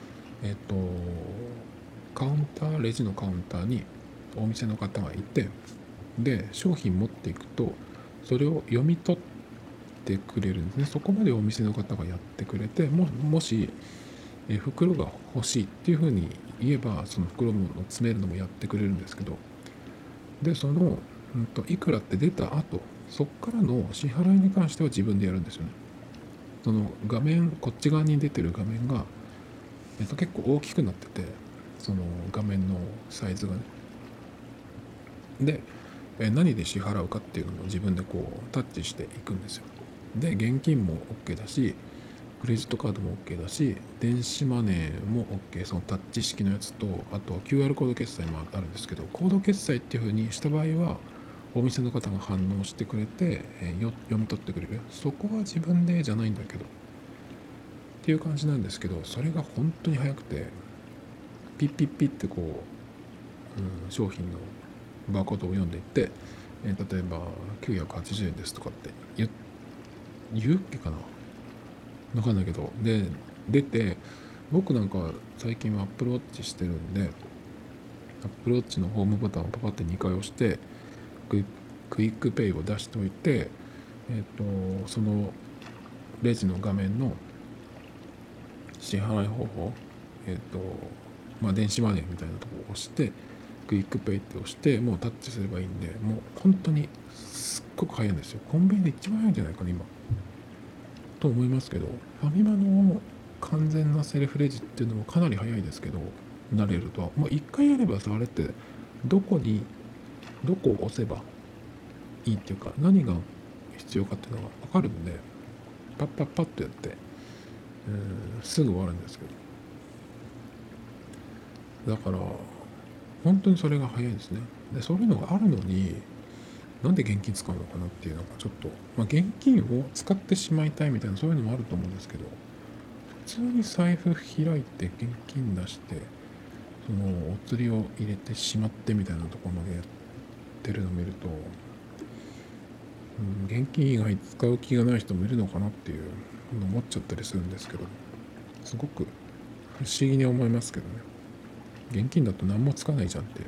カウンター、レジのカウンターにお店の方がいて、で商品持っていくとそれを読み取ってくれるんですね。そこまでお店の方がやってくれて、もし袋が欲しいっていうふうに言えば、その袋も詰めるのもやってくれるんですけど、でその、いくらって出た後、そこからの支払いに関しては自分でやるんですよね。その画面、こっち側に出てる画面が、結構大きくなってて、その画面のサイズがね。で、何で支払うかっていうのも自分でこうタッチしていくんですよ。で、現金も OK だし、クレジットカードも OK だし、電子マネーも OK、そのタッチ式のやつと、あと QR コード決済もあるんですけど、コード決済っていう風にした場合は、お店の方が反応してくれて、読み取ってくれる。そこは自分でじゃないんだけど、っていう感じなんですけど、それが本当に早くて、ピッピッピッってこう、商品のバーコードを読んでいって、例えば980円ですとかって言うっけかな、わかんないけど、で出て、僕なんか最近は Apple Watch してるんで、Apple Watch のホームボタンをパパって2回押して、クイックペイを出しておいて、そのレジの画面の支払い方法、電子マネーみたいなところを押して、クイックペイって押して、もうタッチすればいいんで、もう本当にすっごく早いんですよ。コンビニで一番早いんじゃないかな、今。と思いますけど、ファミマの完全なセルフレジっていうのもかなり早いですけど、慣れると。一回やればさ、あれって、どこを押せばいいっていうか、何が必要かっていうのが分かるんで、パッパッパッとやって、すぐ終わるんですけど。だから、本当にそれが早いですね。で、そういうのがあるのに、なんで現金使うのかなっていうのがちょっと、現金を使ってしまいたいみたいな、そういうのもあると思うんですけど、普通に財布開いて現金出して、そのお釣りを入れてしまってみたいなところまでやってるのを見ると、現金以外使う気がない人もいるのかなっていうのを思っちゃったりするんですけど、すごく不思議に思いますけどね。現金だと何もつかないじゃんって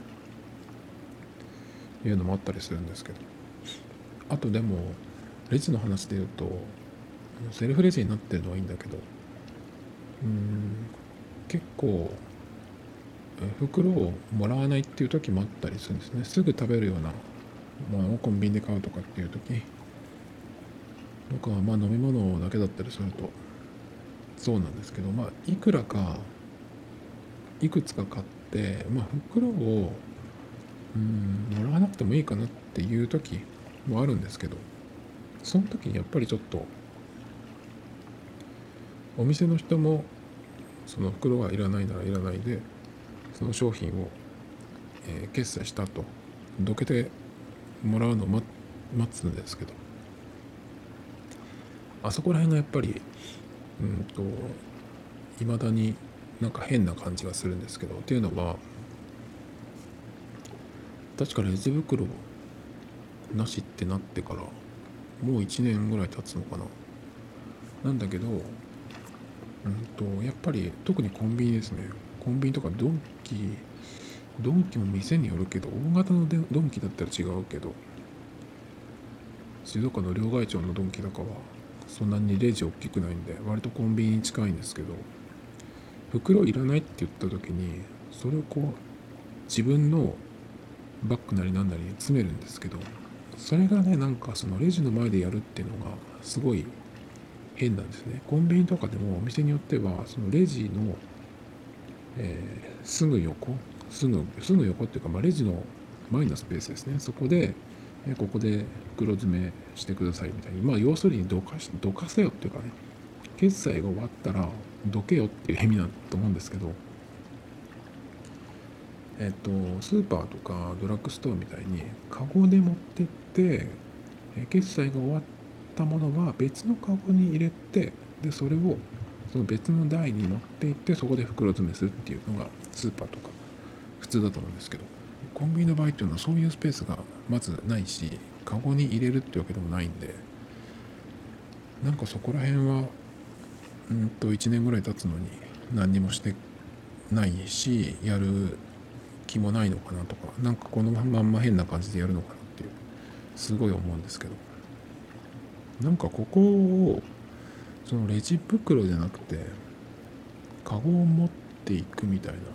いうのもあったりするんですけど、あとでもレジの話で言うと、セルフレジになってるのはいいんだけど、結構袋をもらわないっていう時もあったりするんですね。すぐ食べるようなものをコンビニで買うとかっていう時とか、飲み物だけだったりするとそうなんですけど、いくらかいくつか買って、袋をもらわなくてもいいかなっていう時もあるんですけど、その時にやっぱりちょっとお店の人もその袋はいらないならいらないで、その商品を、決済した後どけてもらうのを待つんですけど、あそこら辺がやっぱり未だになんか変な感じがするんですけど、っていうのは確かレジ袋なしってなってからもう1年ぐらい経つのかな。なんだけど、やっぱり特にコンビニですね。コンビニとかドンキも店によるけど、大型のドンキだったら違うけど、 静岡の両替町のドンキとかはそんなにレジ大きくないんで割とコンビニに近いんですけど、袋いらないって言った時にそれをこう自分のバッグなりなんなりに詰めるんですけど、それがねなんかそのレジの前でやるっていうのがすごい変なんですね。コンビニとかでもお店によってはそのレジの、すぐ横すぐ横っていうか、レジの前のスペースですね、そこでここで袋詰めしてくださいみたいに、要するにどかせよっていうかね、決済が終わったらどけよっていう意味だと思うんですけど、スーパーとかドラッグストアみたいにカゴで持ってって決済が終わったものは別のカゴに入れて、でそれをその別の台に持っていってそこで袋詰めするっていうのがスーパーとか普通だと思うんですけど、コンビニの場合っていうのはそういうスペースがまずないし、カゴに入れるってわけでもないんで、なんかそこら辺は1年ぐらい経つのに何にもしてないし、やる気もないのかなとか、なんかこのまんま変な感じでやるのかなっていうすごい思うんですけど、なんかここをそのレジ袋じゃなくてカゴを持っていくみたい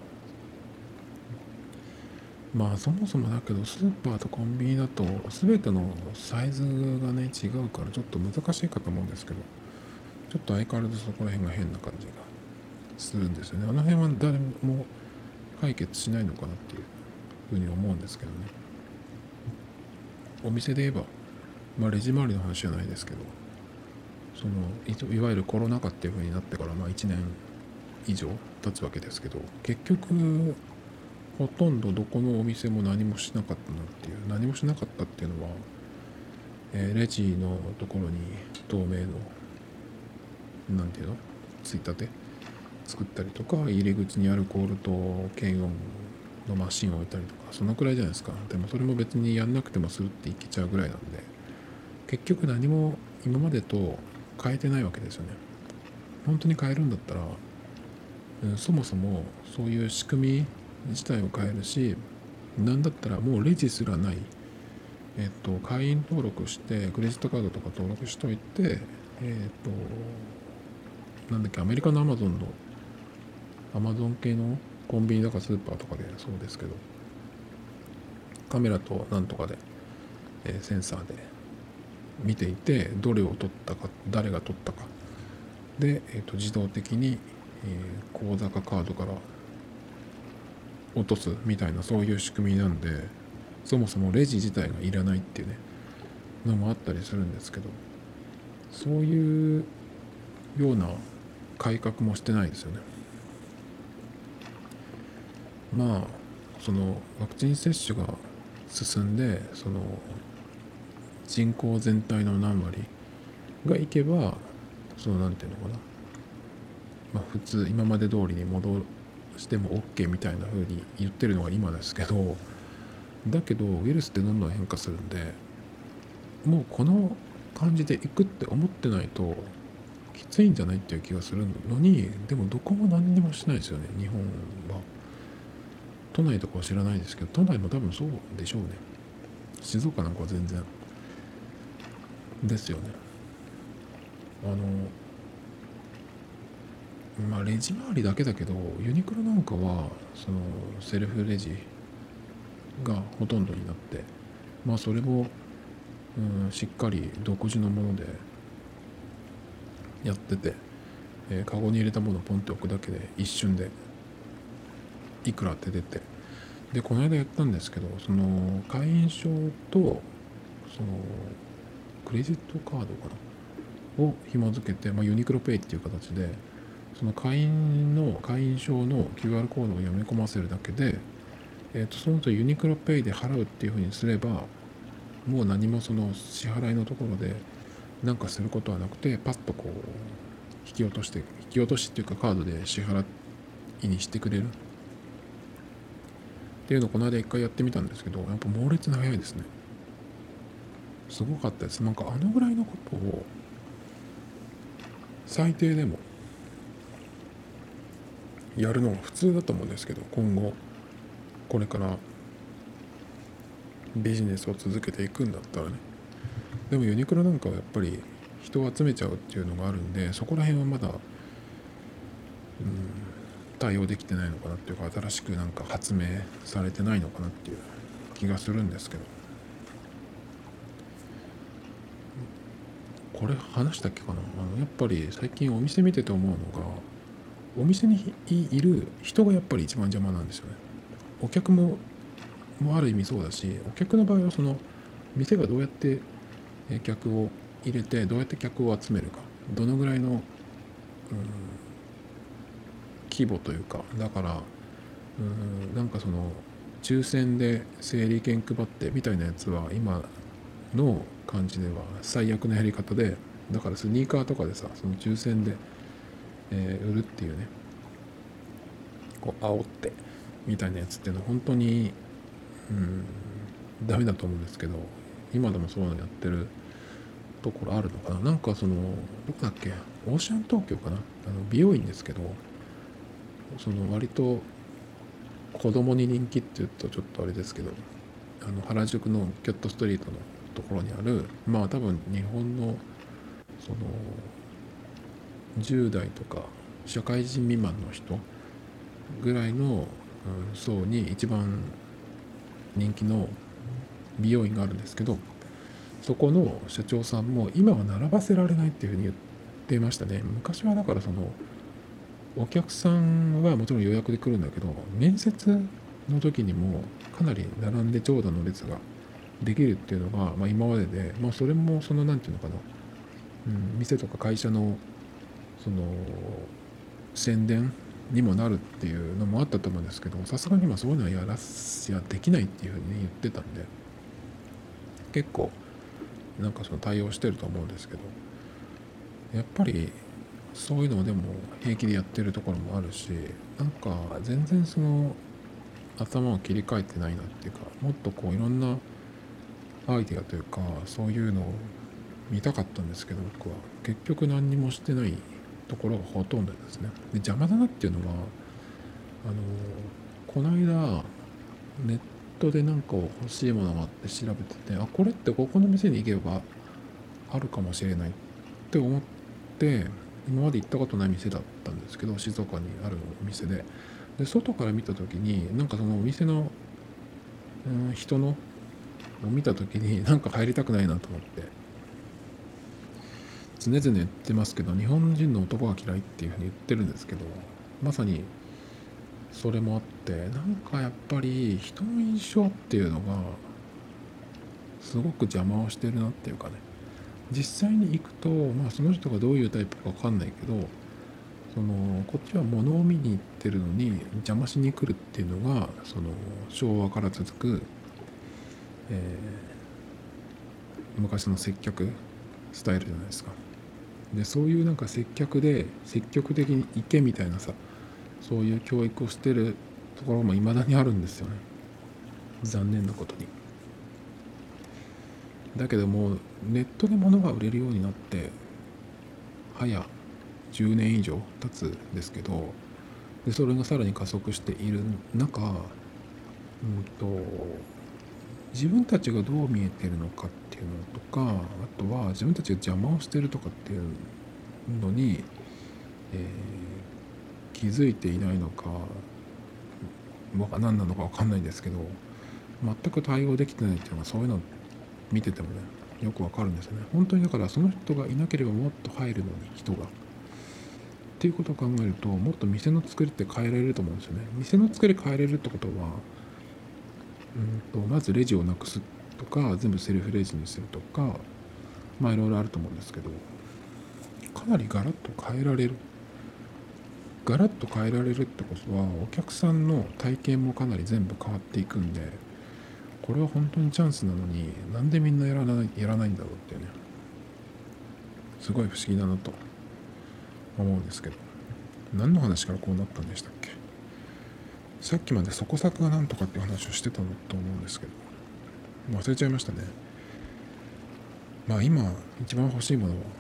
な、そもそもだけどスーパーとコンビニだと全てのサイズがね違うからちょっと難しいかと思うんですけど、ちょっと相変わらずそこら辺が変な感じがするんですよね。あの辺は誰も解決しないのかなっていうふうに思うんですけどね。お店で言えば、レジ周りの話じゃないですけど、そのいわゆるコロナ禍っていう風になってから1年以上経つわけですけど、結局ほとんどどこのお店も何もしなかったなっていう、何もしなかったっていうのは、レジのところに透明のなんていうのついたて作ったりとか、入り口にアルコールと検温のマシンを置いたりとか、そのくらいじゃないですか。でもそれも別にやんなくてもスルっていけちゃうぐらいなんで、結局何も今までと変えてないわけですよね。本当に変えるんだったら、そもそもそういう仕組み自体を変えるし、なんだったらもうレジすらない、会員登録してクレジットカードとか登録しといて、なんだっけ、アメリカのアマゾン系のコンビニとかスーパーとかでそうですけど、カメラとなんとかで、センサーで見ていて、どれを取ったか誰が取ったかで、自動的に、口座かカードから落とすみたいな、そういう仕組みなんで、そもそもレジ自体がいらないっていうねのもあったりするんですけど、そういうような改革もしてないですよね。そのワクチン接種が進んで、その人口全体の何割がいけば、そのなんていうのかな、普通今まで通りに戻しても OK みたいな風に言ってるのが今ですけど、だけどウイルスってどんどん変化するんで、もうこの感じでいくって思ってないときついんじゃないっていう気がするのに、でもどこも何にもしないですよね、日本は。都内とかは知らないですけど、都内も多分そうでしょうね。静岡なんかは全然ですよね。レジ周りだけだけど、ユニクロなんかはそのセルフレジがほとんどになって、それも、しっかり独自のものでやってて、カゴに入れたものをポンって置くだけで一瞬でいくらって出て、でこの間やったんですけど、その会員証とそのクレジットカードかなを紐付けて、ユニクロペイっていう形でその会員証の QR コードを読み込ませるだけで、その後ユニクロペイで払うっていうふうにすれば、もう何もその支払いのところでなんかすることはなくて、パッとこう引き落としっていうかカードで支払いにしてくれるっていうのをこの間一回やってみたんですけど、やっぱ猛烈に早いですね。すごかったです。なんかあのぐらいのことを最低でもやるのが普通だと思うんですけど、今後これからビジネスを続けていくんだったらね。 でもユニクロなんかはやっぱり人を集めちゃうっていうのがあるんで、そこら辺はまだ、対応できてないのかなっていうか、新しくなんか発明されてないのかなっていう気がするんですけど、これ話したっけかな。やっぱり最近お店見てて思うのが、お店にいる人がやっぱり一番邪魔なんですよね。お客もある意味そうだし、お客の場合はその店がどうやって客を入れて、どうやって客を集めるか、どのぐらいの、規模というか、だからなんかその抽選で整理券配ってみたいなやつは今の感じでは最悪なやり方で、だからスニーカーとかでさ、その抽選で、売るっていうね、こう煽ってみたいなやつっていうのは本当にダメだと思うんですけど、今でもそういうのやってるところあるのかな。なんかそのどこだっけ、オーシャン東京かな、美容院ですけど、その割と子供に人気って言うとちょっとあれですけど、原宿のキャットストリートのところにある、まあ多分日本のその10代とか社会人未満の人ぐらいの層に一番人気の美容院があるんですけど、そこの社長さんも今は並ばせられないっていうふうに言っていましたね。昔はだからそのお客さんはもちろん予約で来るんだけど、面接の時にもかなり並んで長蛇の列ができるっていうのが、まあ、今までで、まあ、それもそのなんていうのかな、店とか会社のその宣伝にもなるっていうのもあったと思うんですけど、さすがに今そういうのはできないっていうふうに言ってたんで、結構なんかその対応してると思うんですけど、やっぱりそういうのでも平気でやってるところもあるし、なんか全然その頭を切り替えてないなっていうか、もっとこういろんなアイデアというかそういうのを見たかったんですけど、僕は結局何にもしてないところがほとんどですね。で、邪魔だなっていうのは、この間ネットでなんか欲しいものがあって調べてて、あ、これってここの店に行けばあるかもしれないって思って、今まで行ったことない店だったんですけど、静岡にあるお店で、外から見た時になんかそのお店の、人のを見た時になんか入りたくないなと思って、常々言ってますけど、日本人の男が嫌いっていうふうに言ってるんですけど、まさにそれもあって、なんかやっぱり人の印象っていうのがすごく邪魔をしてるなっていうかね。実際に行くと、まあその人がどういうタイプかわかんないけど、そのこっちは物を見に行ってるのに邪魔しに来るっていうのが、その昭和から続く、昔の接客スタイルじゃないですか。で、そういうなんか接客で積極的に行けみたいなさ、そういう教育をしてるところも未だにあるんですよね、残念なことに。だけどもネットで物が売れるようになって早10年以上経つんですけど、でそれがさらに加速している中、自分たちがどう見えてるのかっていうのとか、あとは自分たちが邪魔をしてるとかっていうのに、気づいていないのか何なのか分かんないんですけど、全く対応できてないっていうのが、そういうのを見ててもね、よく分かるんですよね。本当にだからその人がいなければもっと入るのに、人がっていうことを考えると、もっと店の作りって変えられると思うんですよね。店の作り変えれるってことは、まずレジをなくすとか、全部セルフレジにするとか、まあいろいろあると思うんですけど、かなりガラッと変えられる。ガラッと変えられるってことは、お客さんの体験もかなり全部変わっていくんで、これは本当にチャンスなのに、なんでみんなやらないんだろうっていうね、すごい不思議だなと思うんですけど、何の話からこうなったんでしたっけ。さっきまでそこさくがなんとかっていう話をしてたのと思うんですけど、忘れちゃいましたね。まあ今一番欲しいものは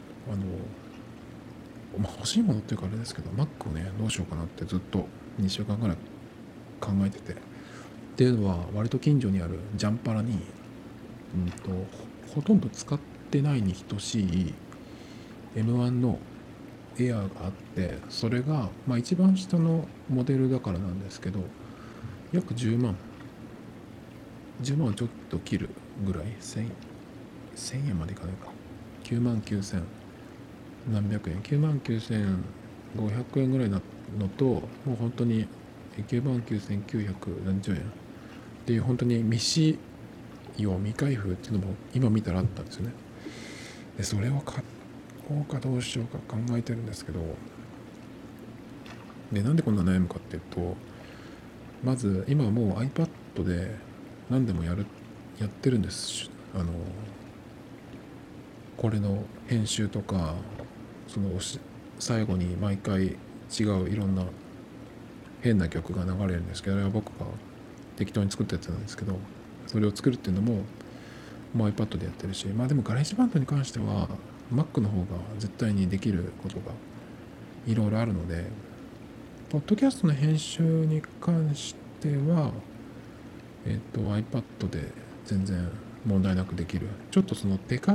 欲しいものっていうかあれですけど、 Mac をね、どうしようかなってずっと2週間ぐらい考えてて、っていうのは割と近所にあるジャンパラに、 ほとんど使ってないに等しい M1 のエアーがあって、それが、一番下のモデルだからなんですけど、約10万、10万をちょっと切るぐらい、1000円までいかないか。9万9000何百円、9万9500円ぐらいなのと、もう本当に9万9900何十円っていう、本当に未使用未開封っていうのも今見たらあったんですよね。でそれを買おうかどうしようか考えてるんですけど、でなんでこんな悩むかっていうと、まず今はもう iPad で何でもやってるんです。これの編集とか、その最後に毎回違ういろんな変な曲が流れるんですけど、あれは僕が適当に作ったやつなんですけど、それを作るっていうのももう iPad でやってるし、でもガレージバンドに関しては Mac の方が絶対にできることがいろいろあるので、ポッドキャストの編集に関しては、iPad で全然問題なくできる。ちょっとその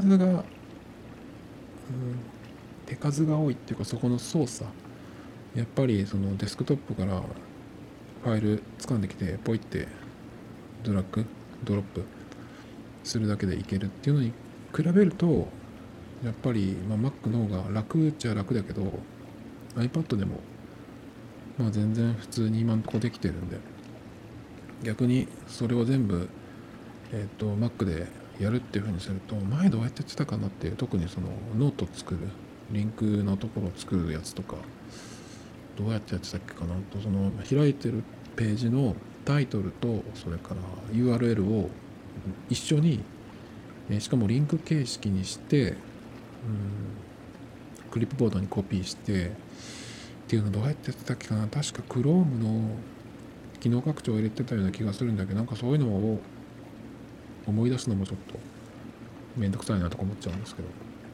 手数が多いっていうか、そこの操作、やっぱりそのデスクトップからファイル掴んできてポイってドロップするだけでいけるっていうのに比べると、やっぱり、Mac の方が楽っちゃ楽だけど、 iPad でも全然普通に今のところできてるんで、逆にそれを全部Mac でやるっていう風にすると、前どうやってやってたかなっていう、特にそのノート作るリンクのところを作るやつとか、どうやってやってたっけかなと、その開いてるページのタイトルとそれから URL を一緒に、しかもリンク形式にして、クリップボードにコピーしてっていうのをどうやってやってたっけかな。確か Chrome の機能拡張を入れてたような気がするんだけど、なんかそういうのを思い出すのもちょっとめんどくさいなとか思っちゃうんですけど、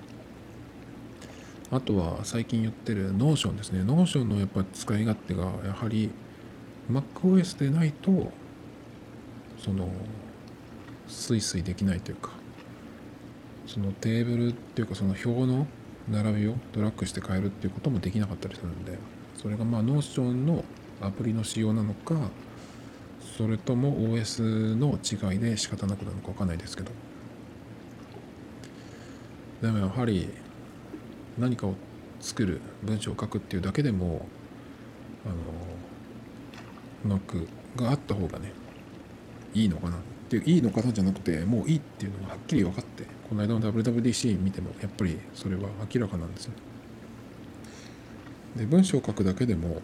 あとは最近言ってる Notion ですね。Notion のやっぱ使い勝手がやはり MacOS でないとそのスイスイできないというか、そのテーブルっていうかその表の並びをドラッグして変えるっていうこともできなかったりするんで、それがNotion のアプリの仕様なのか、それとも OS の違いで仕方なくなのか分かんないですけど、でもやはり何かを作る、文章を書くっていうだけでもMac があった方がねいいのかなっていう、いいのかなじゃなくて、もういいっていうのがはっきり分かって、この間の WWDC 見てもやっぱりそれは明らかなんですよ。で文章を書くだけでも、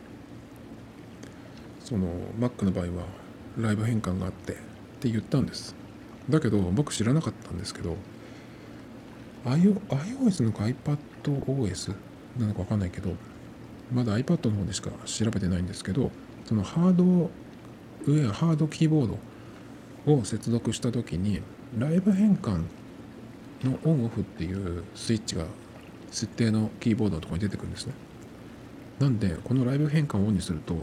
その Mac の場合はライブ変換があってって言ったんです。だけど僕知らなかったんですけど、iOS なのか iPadOS なのか分かんないけど、まだ iPad の方でしか調べてないんですけど、そのハードキーボードを接続した時にライブ変換のオンオフっていうスイッチが設定のキーボードのところに出てくるんですね。なんでこのライブ変換をオンにすると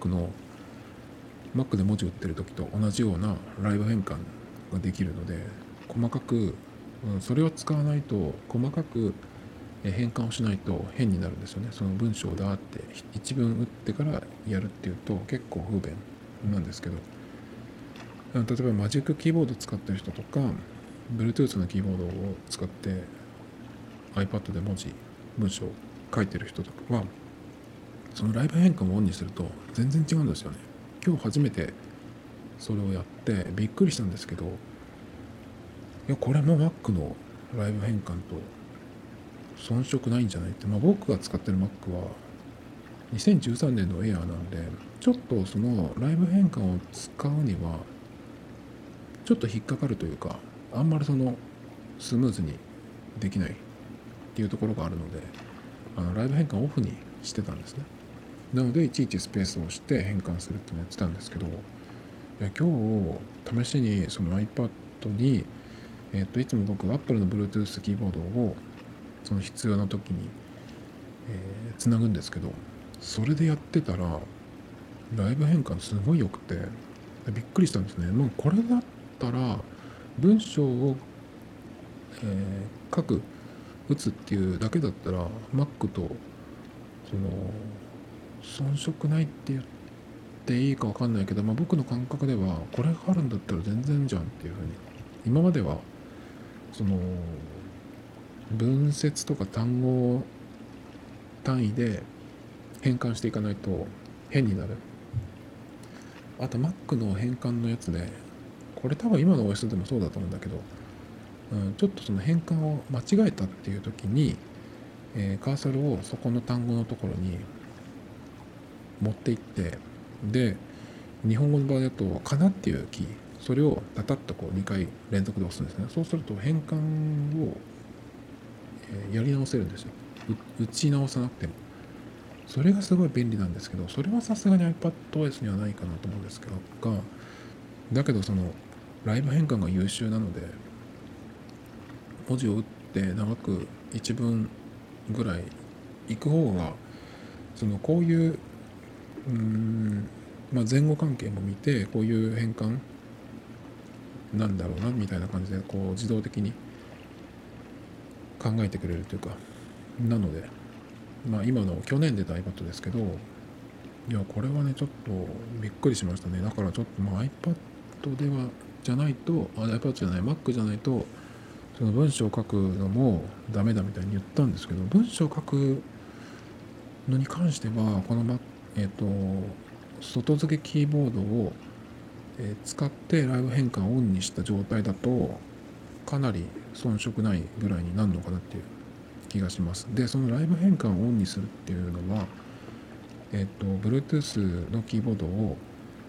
Mac で文字を打ってる時と同じようなライブ変換ができるので、細かく、それを使わないと細かく変換をしないと変になるんですよね。その文章をだーって一文打ってからやるっていうと結構不便なんですけど、例えばマジックキーボード使ってる人とか Bluetooth のキーボードを使って iPad で文章を書いてる人とかは、そのライブ変換をオンにすると全然違うんですよね。今日初めてそれをやってびっくりしたんですけど、いやこれも Mac のライブ変換と遜色ないんじゃないって、僕が使ってる Mac は2013年の Air なんで、ちょっとそのライブ変換を使うにはちょっと引っかかるというか、あんまりそのスムーズにできないっていうところがあるので、ライブ変換をオフにしてたんですね。なのでいちいちスペースを押して変換するっていうのをやってたんですけど、今日試しにその iPad に、いつも僕 Apple の Bluetooth キーボードをその必要な時につなぐんですけど、それでやってたらライブ変換すごい良くてびっくりしたんですね。もうこれだったら文章を書く打つっていうだけだったら Mac とその遜色ないって言っていいか分かんないけど、僕の感覚ではこれがあるんだったら全然じゃんっていうふうに、今まではその文節とか単語単位で変換していかないと変になる。あと Mac の変換のやつで、これ多分今の OS でもそうだと思うんだけど、ちょっとその変換を間違えたっていう時に、カーソルをそこの単語のところに持っていって、で日本語の場合だとかなっていうキー、それをタタッとこう2回連続で押すんですね。そうすると変換をやり直せるんですよ。打ち直さなくても。それがすごい便利なんですけど、それはさすがに iPadOS にはないかなと思うんですけどだけどそのライブ変換が優秀なので、文字を打って長く一文ぐらい行く方が、そのこういう前後関係も見て、こういう変換なんだろうなみたいな感じでこう自動的に考えてくれるというか、なので今の去年出た iPad ですけど、いやこれはねちょっとびっくりしましたね。だからちょっとiPad ではじゃないとiPad じゃない Mac じゃないとその文章を書くのもダメだみたいに言ったんですけど、文章を書くのに関してはこの外付けキーボードを使ってライブ変換をオンにした状態だとかなり遜色ないぐらいになるのかなっていう気がします。でそのライブ変換をオンにするっていうのはBluetooth のキーボードを、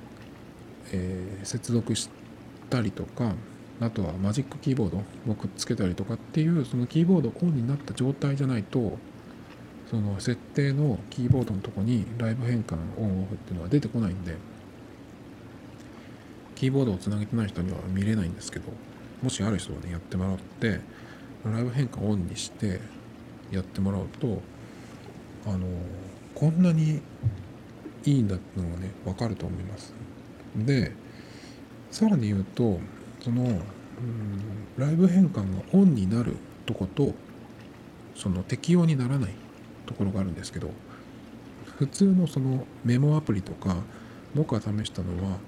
接続したりとか、あとはマジックキーボードをくっつけたりとかっていう、そのキーボードオンになった状態じゃないと、その設定のキーボードのとこにライブ変換オンオフっていうのは出てこないんで、キーボードをつなげてない人には見れないんですけど、もしある人はねやってもらってライブ変換オンにしてやってもらうと、こんなにいいんだってのがね分かると思います。でさらに言うと、そのライブ変換がオンになるとことその適用にならないところがあるんですけど、普通のそのメモアプリとか、僕が試したのは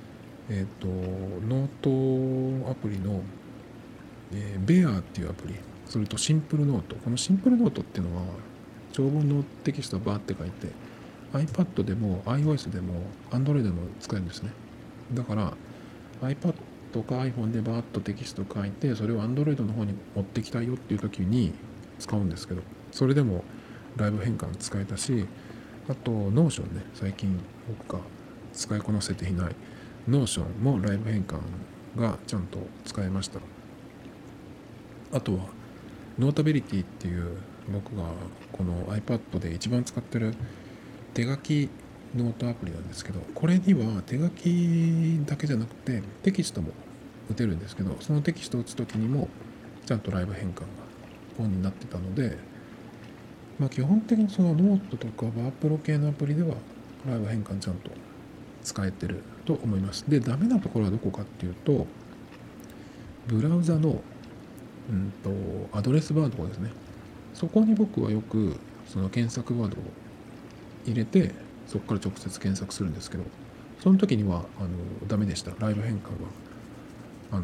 ノートアプリの、ベアっていうアプリ、それとシンプルノート。このシンプルノートっていうのは長文のテキストをバーって書いて iPad でも iOS でも Android でも使えるんですね。だから iPad か iPhone でバーッとテキストを書いて、それを Android の方に持ってきたいよっていう時に使うんですけど、それでもライブ変換使えたし、あと Notion ね、最近僕が使いこなせていない Notion もライブ変換がちゃんと使えました。あとはノータビリティっていう僕がこの iPad で一番使ってる手書きノートアプリなんですけど、これには手書きだけじゃなくてテキストも打てるんですけど、そのテキストを打つ時にもちゃんとライブ変換がオンになってたので、基本的にそのノートとかワープロ系のアプリではライブ変換ちゃんと使えてると思います。でダメなところはどこかっていうと、ブラウザのアドレスバーのところですね。そこに僕はよくその検索ワードを入れて、そこから直接検索するんですけど、その時にはダメでした。ライブ変換は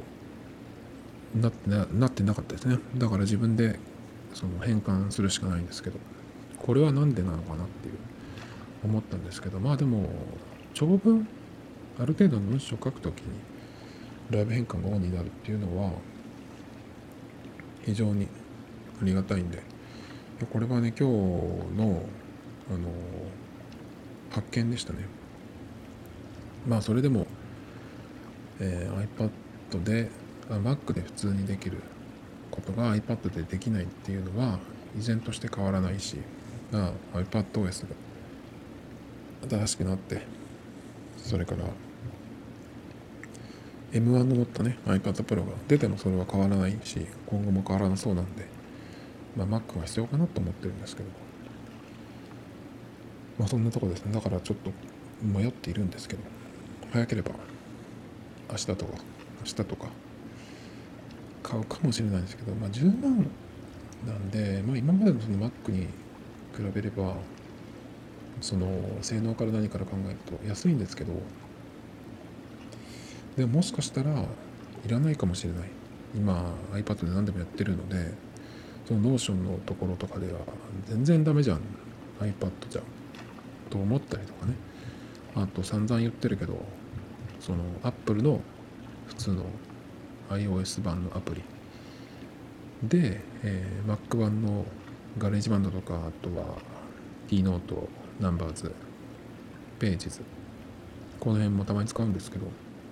なってなかったですね。だから自分でその変換するしかないんですけど、これはなんでなのかなっていう思ったんですけど、でも長文ある程度の文章を書くときにライブ変換がオンになるっていうのは非常にありがたいんで、これはね今日の発見でしたね。それでも、iPad でMac で普通にできることが iPad でできないっていうのは依然として変わらないし、iPadOS が新しくなって、それから M1 の乗ったね iPad Pro が出てもそれは変わらないし、今後も変わらなそうなんで、Mac が必要かなと思ってるんですけど、そんなとこですね。だからちょっと迷っているんですけど、早ければ明日とか買うかもしれないんですけど、10万なんで、今までのその Mac に比べればその性能から何から考えると安いんですけど、でももしかしたらいらないかもしれない。今 iPad で何でもやってるので、その Notion のところとかでは全然ダメじゃん iPad じゃと思ったりとかね。あと散々言ってるけど、その Apple の普通の iOS 版のアプリで、Mac 版のガレージバンドとか、あとは Keynote、Numbers、Pages、この辺もたまに使うんですけど、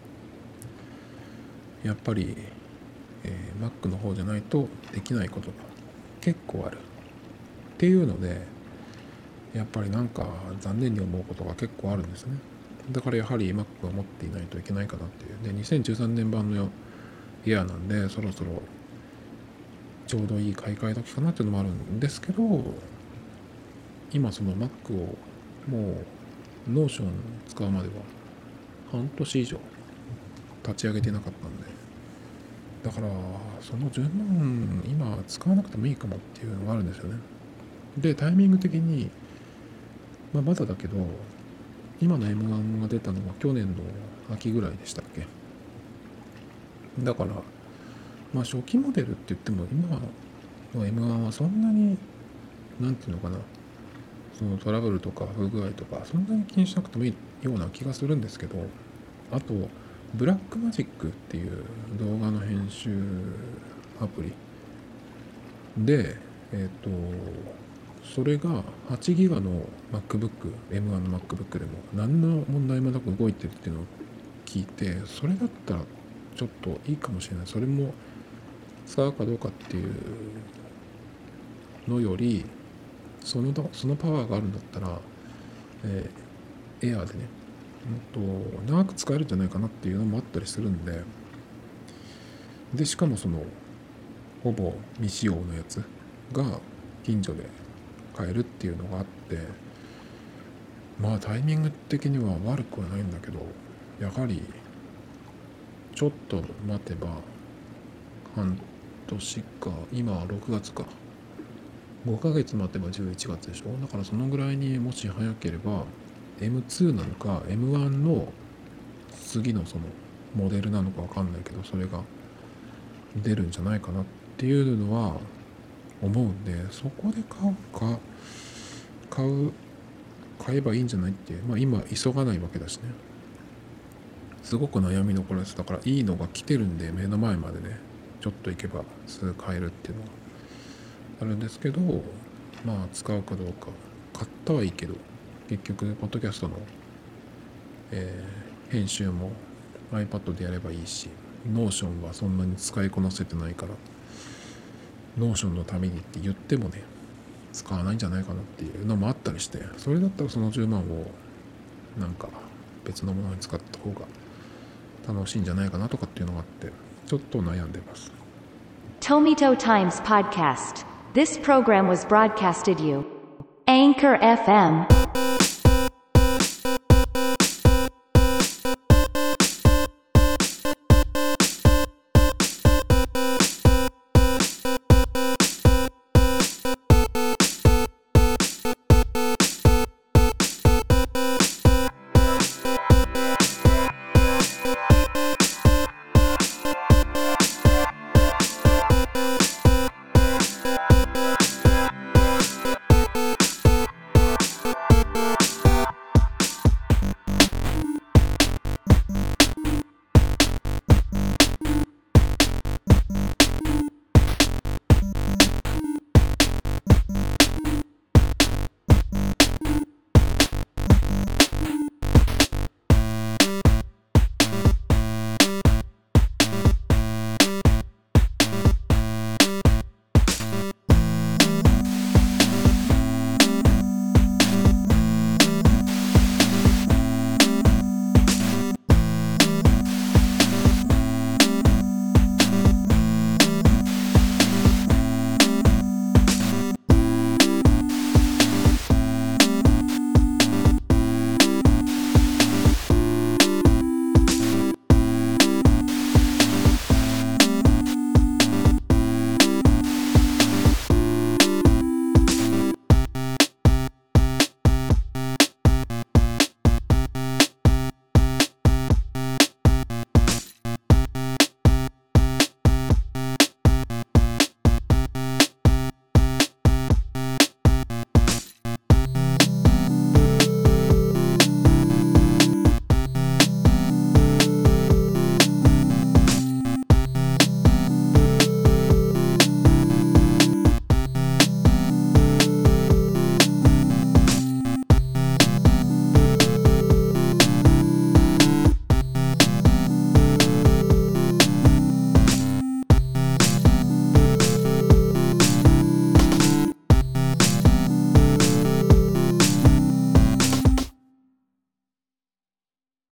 やっぱり、Mac の方じゃないとできないことが結構あるっていうので、やっぱりなんか残念に思うことが結構あるんですね。だからやはり Mac を持っていないといけないかなっていう。で、2013年版のAirなんで、そろそろちょうどいい買い替え時かなっていうのもあるんですけど、今その Mac をもう Notion 使うまでは半年以上立ち上げてなかったんで、だからその10万今使わなくてもいいかもっていうのがあるんですよね。で、タイミング的に、まだだけど、今の M1 が出たのは去年の秋ぐらいでしたっけ。だから初期モデルって言っても今の M1 はそんなになんていうのかな、そのトラブルとか不具合とかそんなに気にしなくてもいいような気がするんですけど、あとブラックマジックっていう動画の編集アプリで、それが8ギガの MacBook、M1 の MacBook でも何の問題もなく動いてるっていうのを聞いて、それだったらちょっといいかもしれない。それも使うかどうかっていうのより、そのパワーがあるんだったら、エアーでね、長く使えるんじゃないかなっていうのもあったりするんで、でしかもそのほぼ未使用のやつが近所で買えるっていうのがあって、タイミング的には悪くはないんだけど、やはりちょっと待てば半年か、今は6月か、5ヶ月待てば11月でしょ。だからそのぐらいにもし早ければ M2 なのか M1 の次のそのモデルなのか分かんないけど、それが出るんじゃないかなっていうのは思うんで、そこで買うか買えばいいんじゃないっていう、今急がないわけだしね。すごく悩みどころです。だからいいのが来てるんで、目の前までねちょっと行けばすぐ買えるっていうのがあるんですけど、使うかどうか、買ったはいいけど結局ポッドキャストの、編集も iPad でやればいいし、Notion はそんなに使いこなせてないから、Notion のためにって言ってもね使わないんじゃないかなっていうのもあったりして、それだったらその10万をなんか別のものに使った方が楽しいんじゃないかなとかっていうのがあって、ちょっと悩んでます。 Tomito Times Podcast. This program was broadcasted you Anchor FM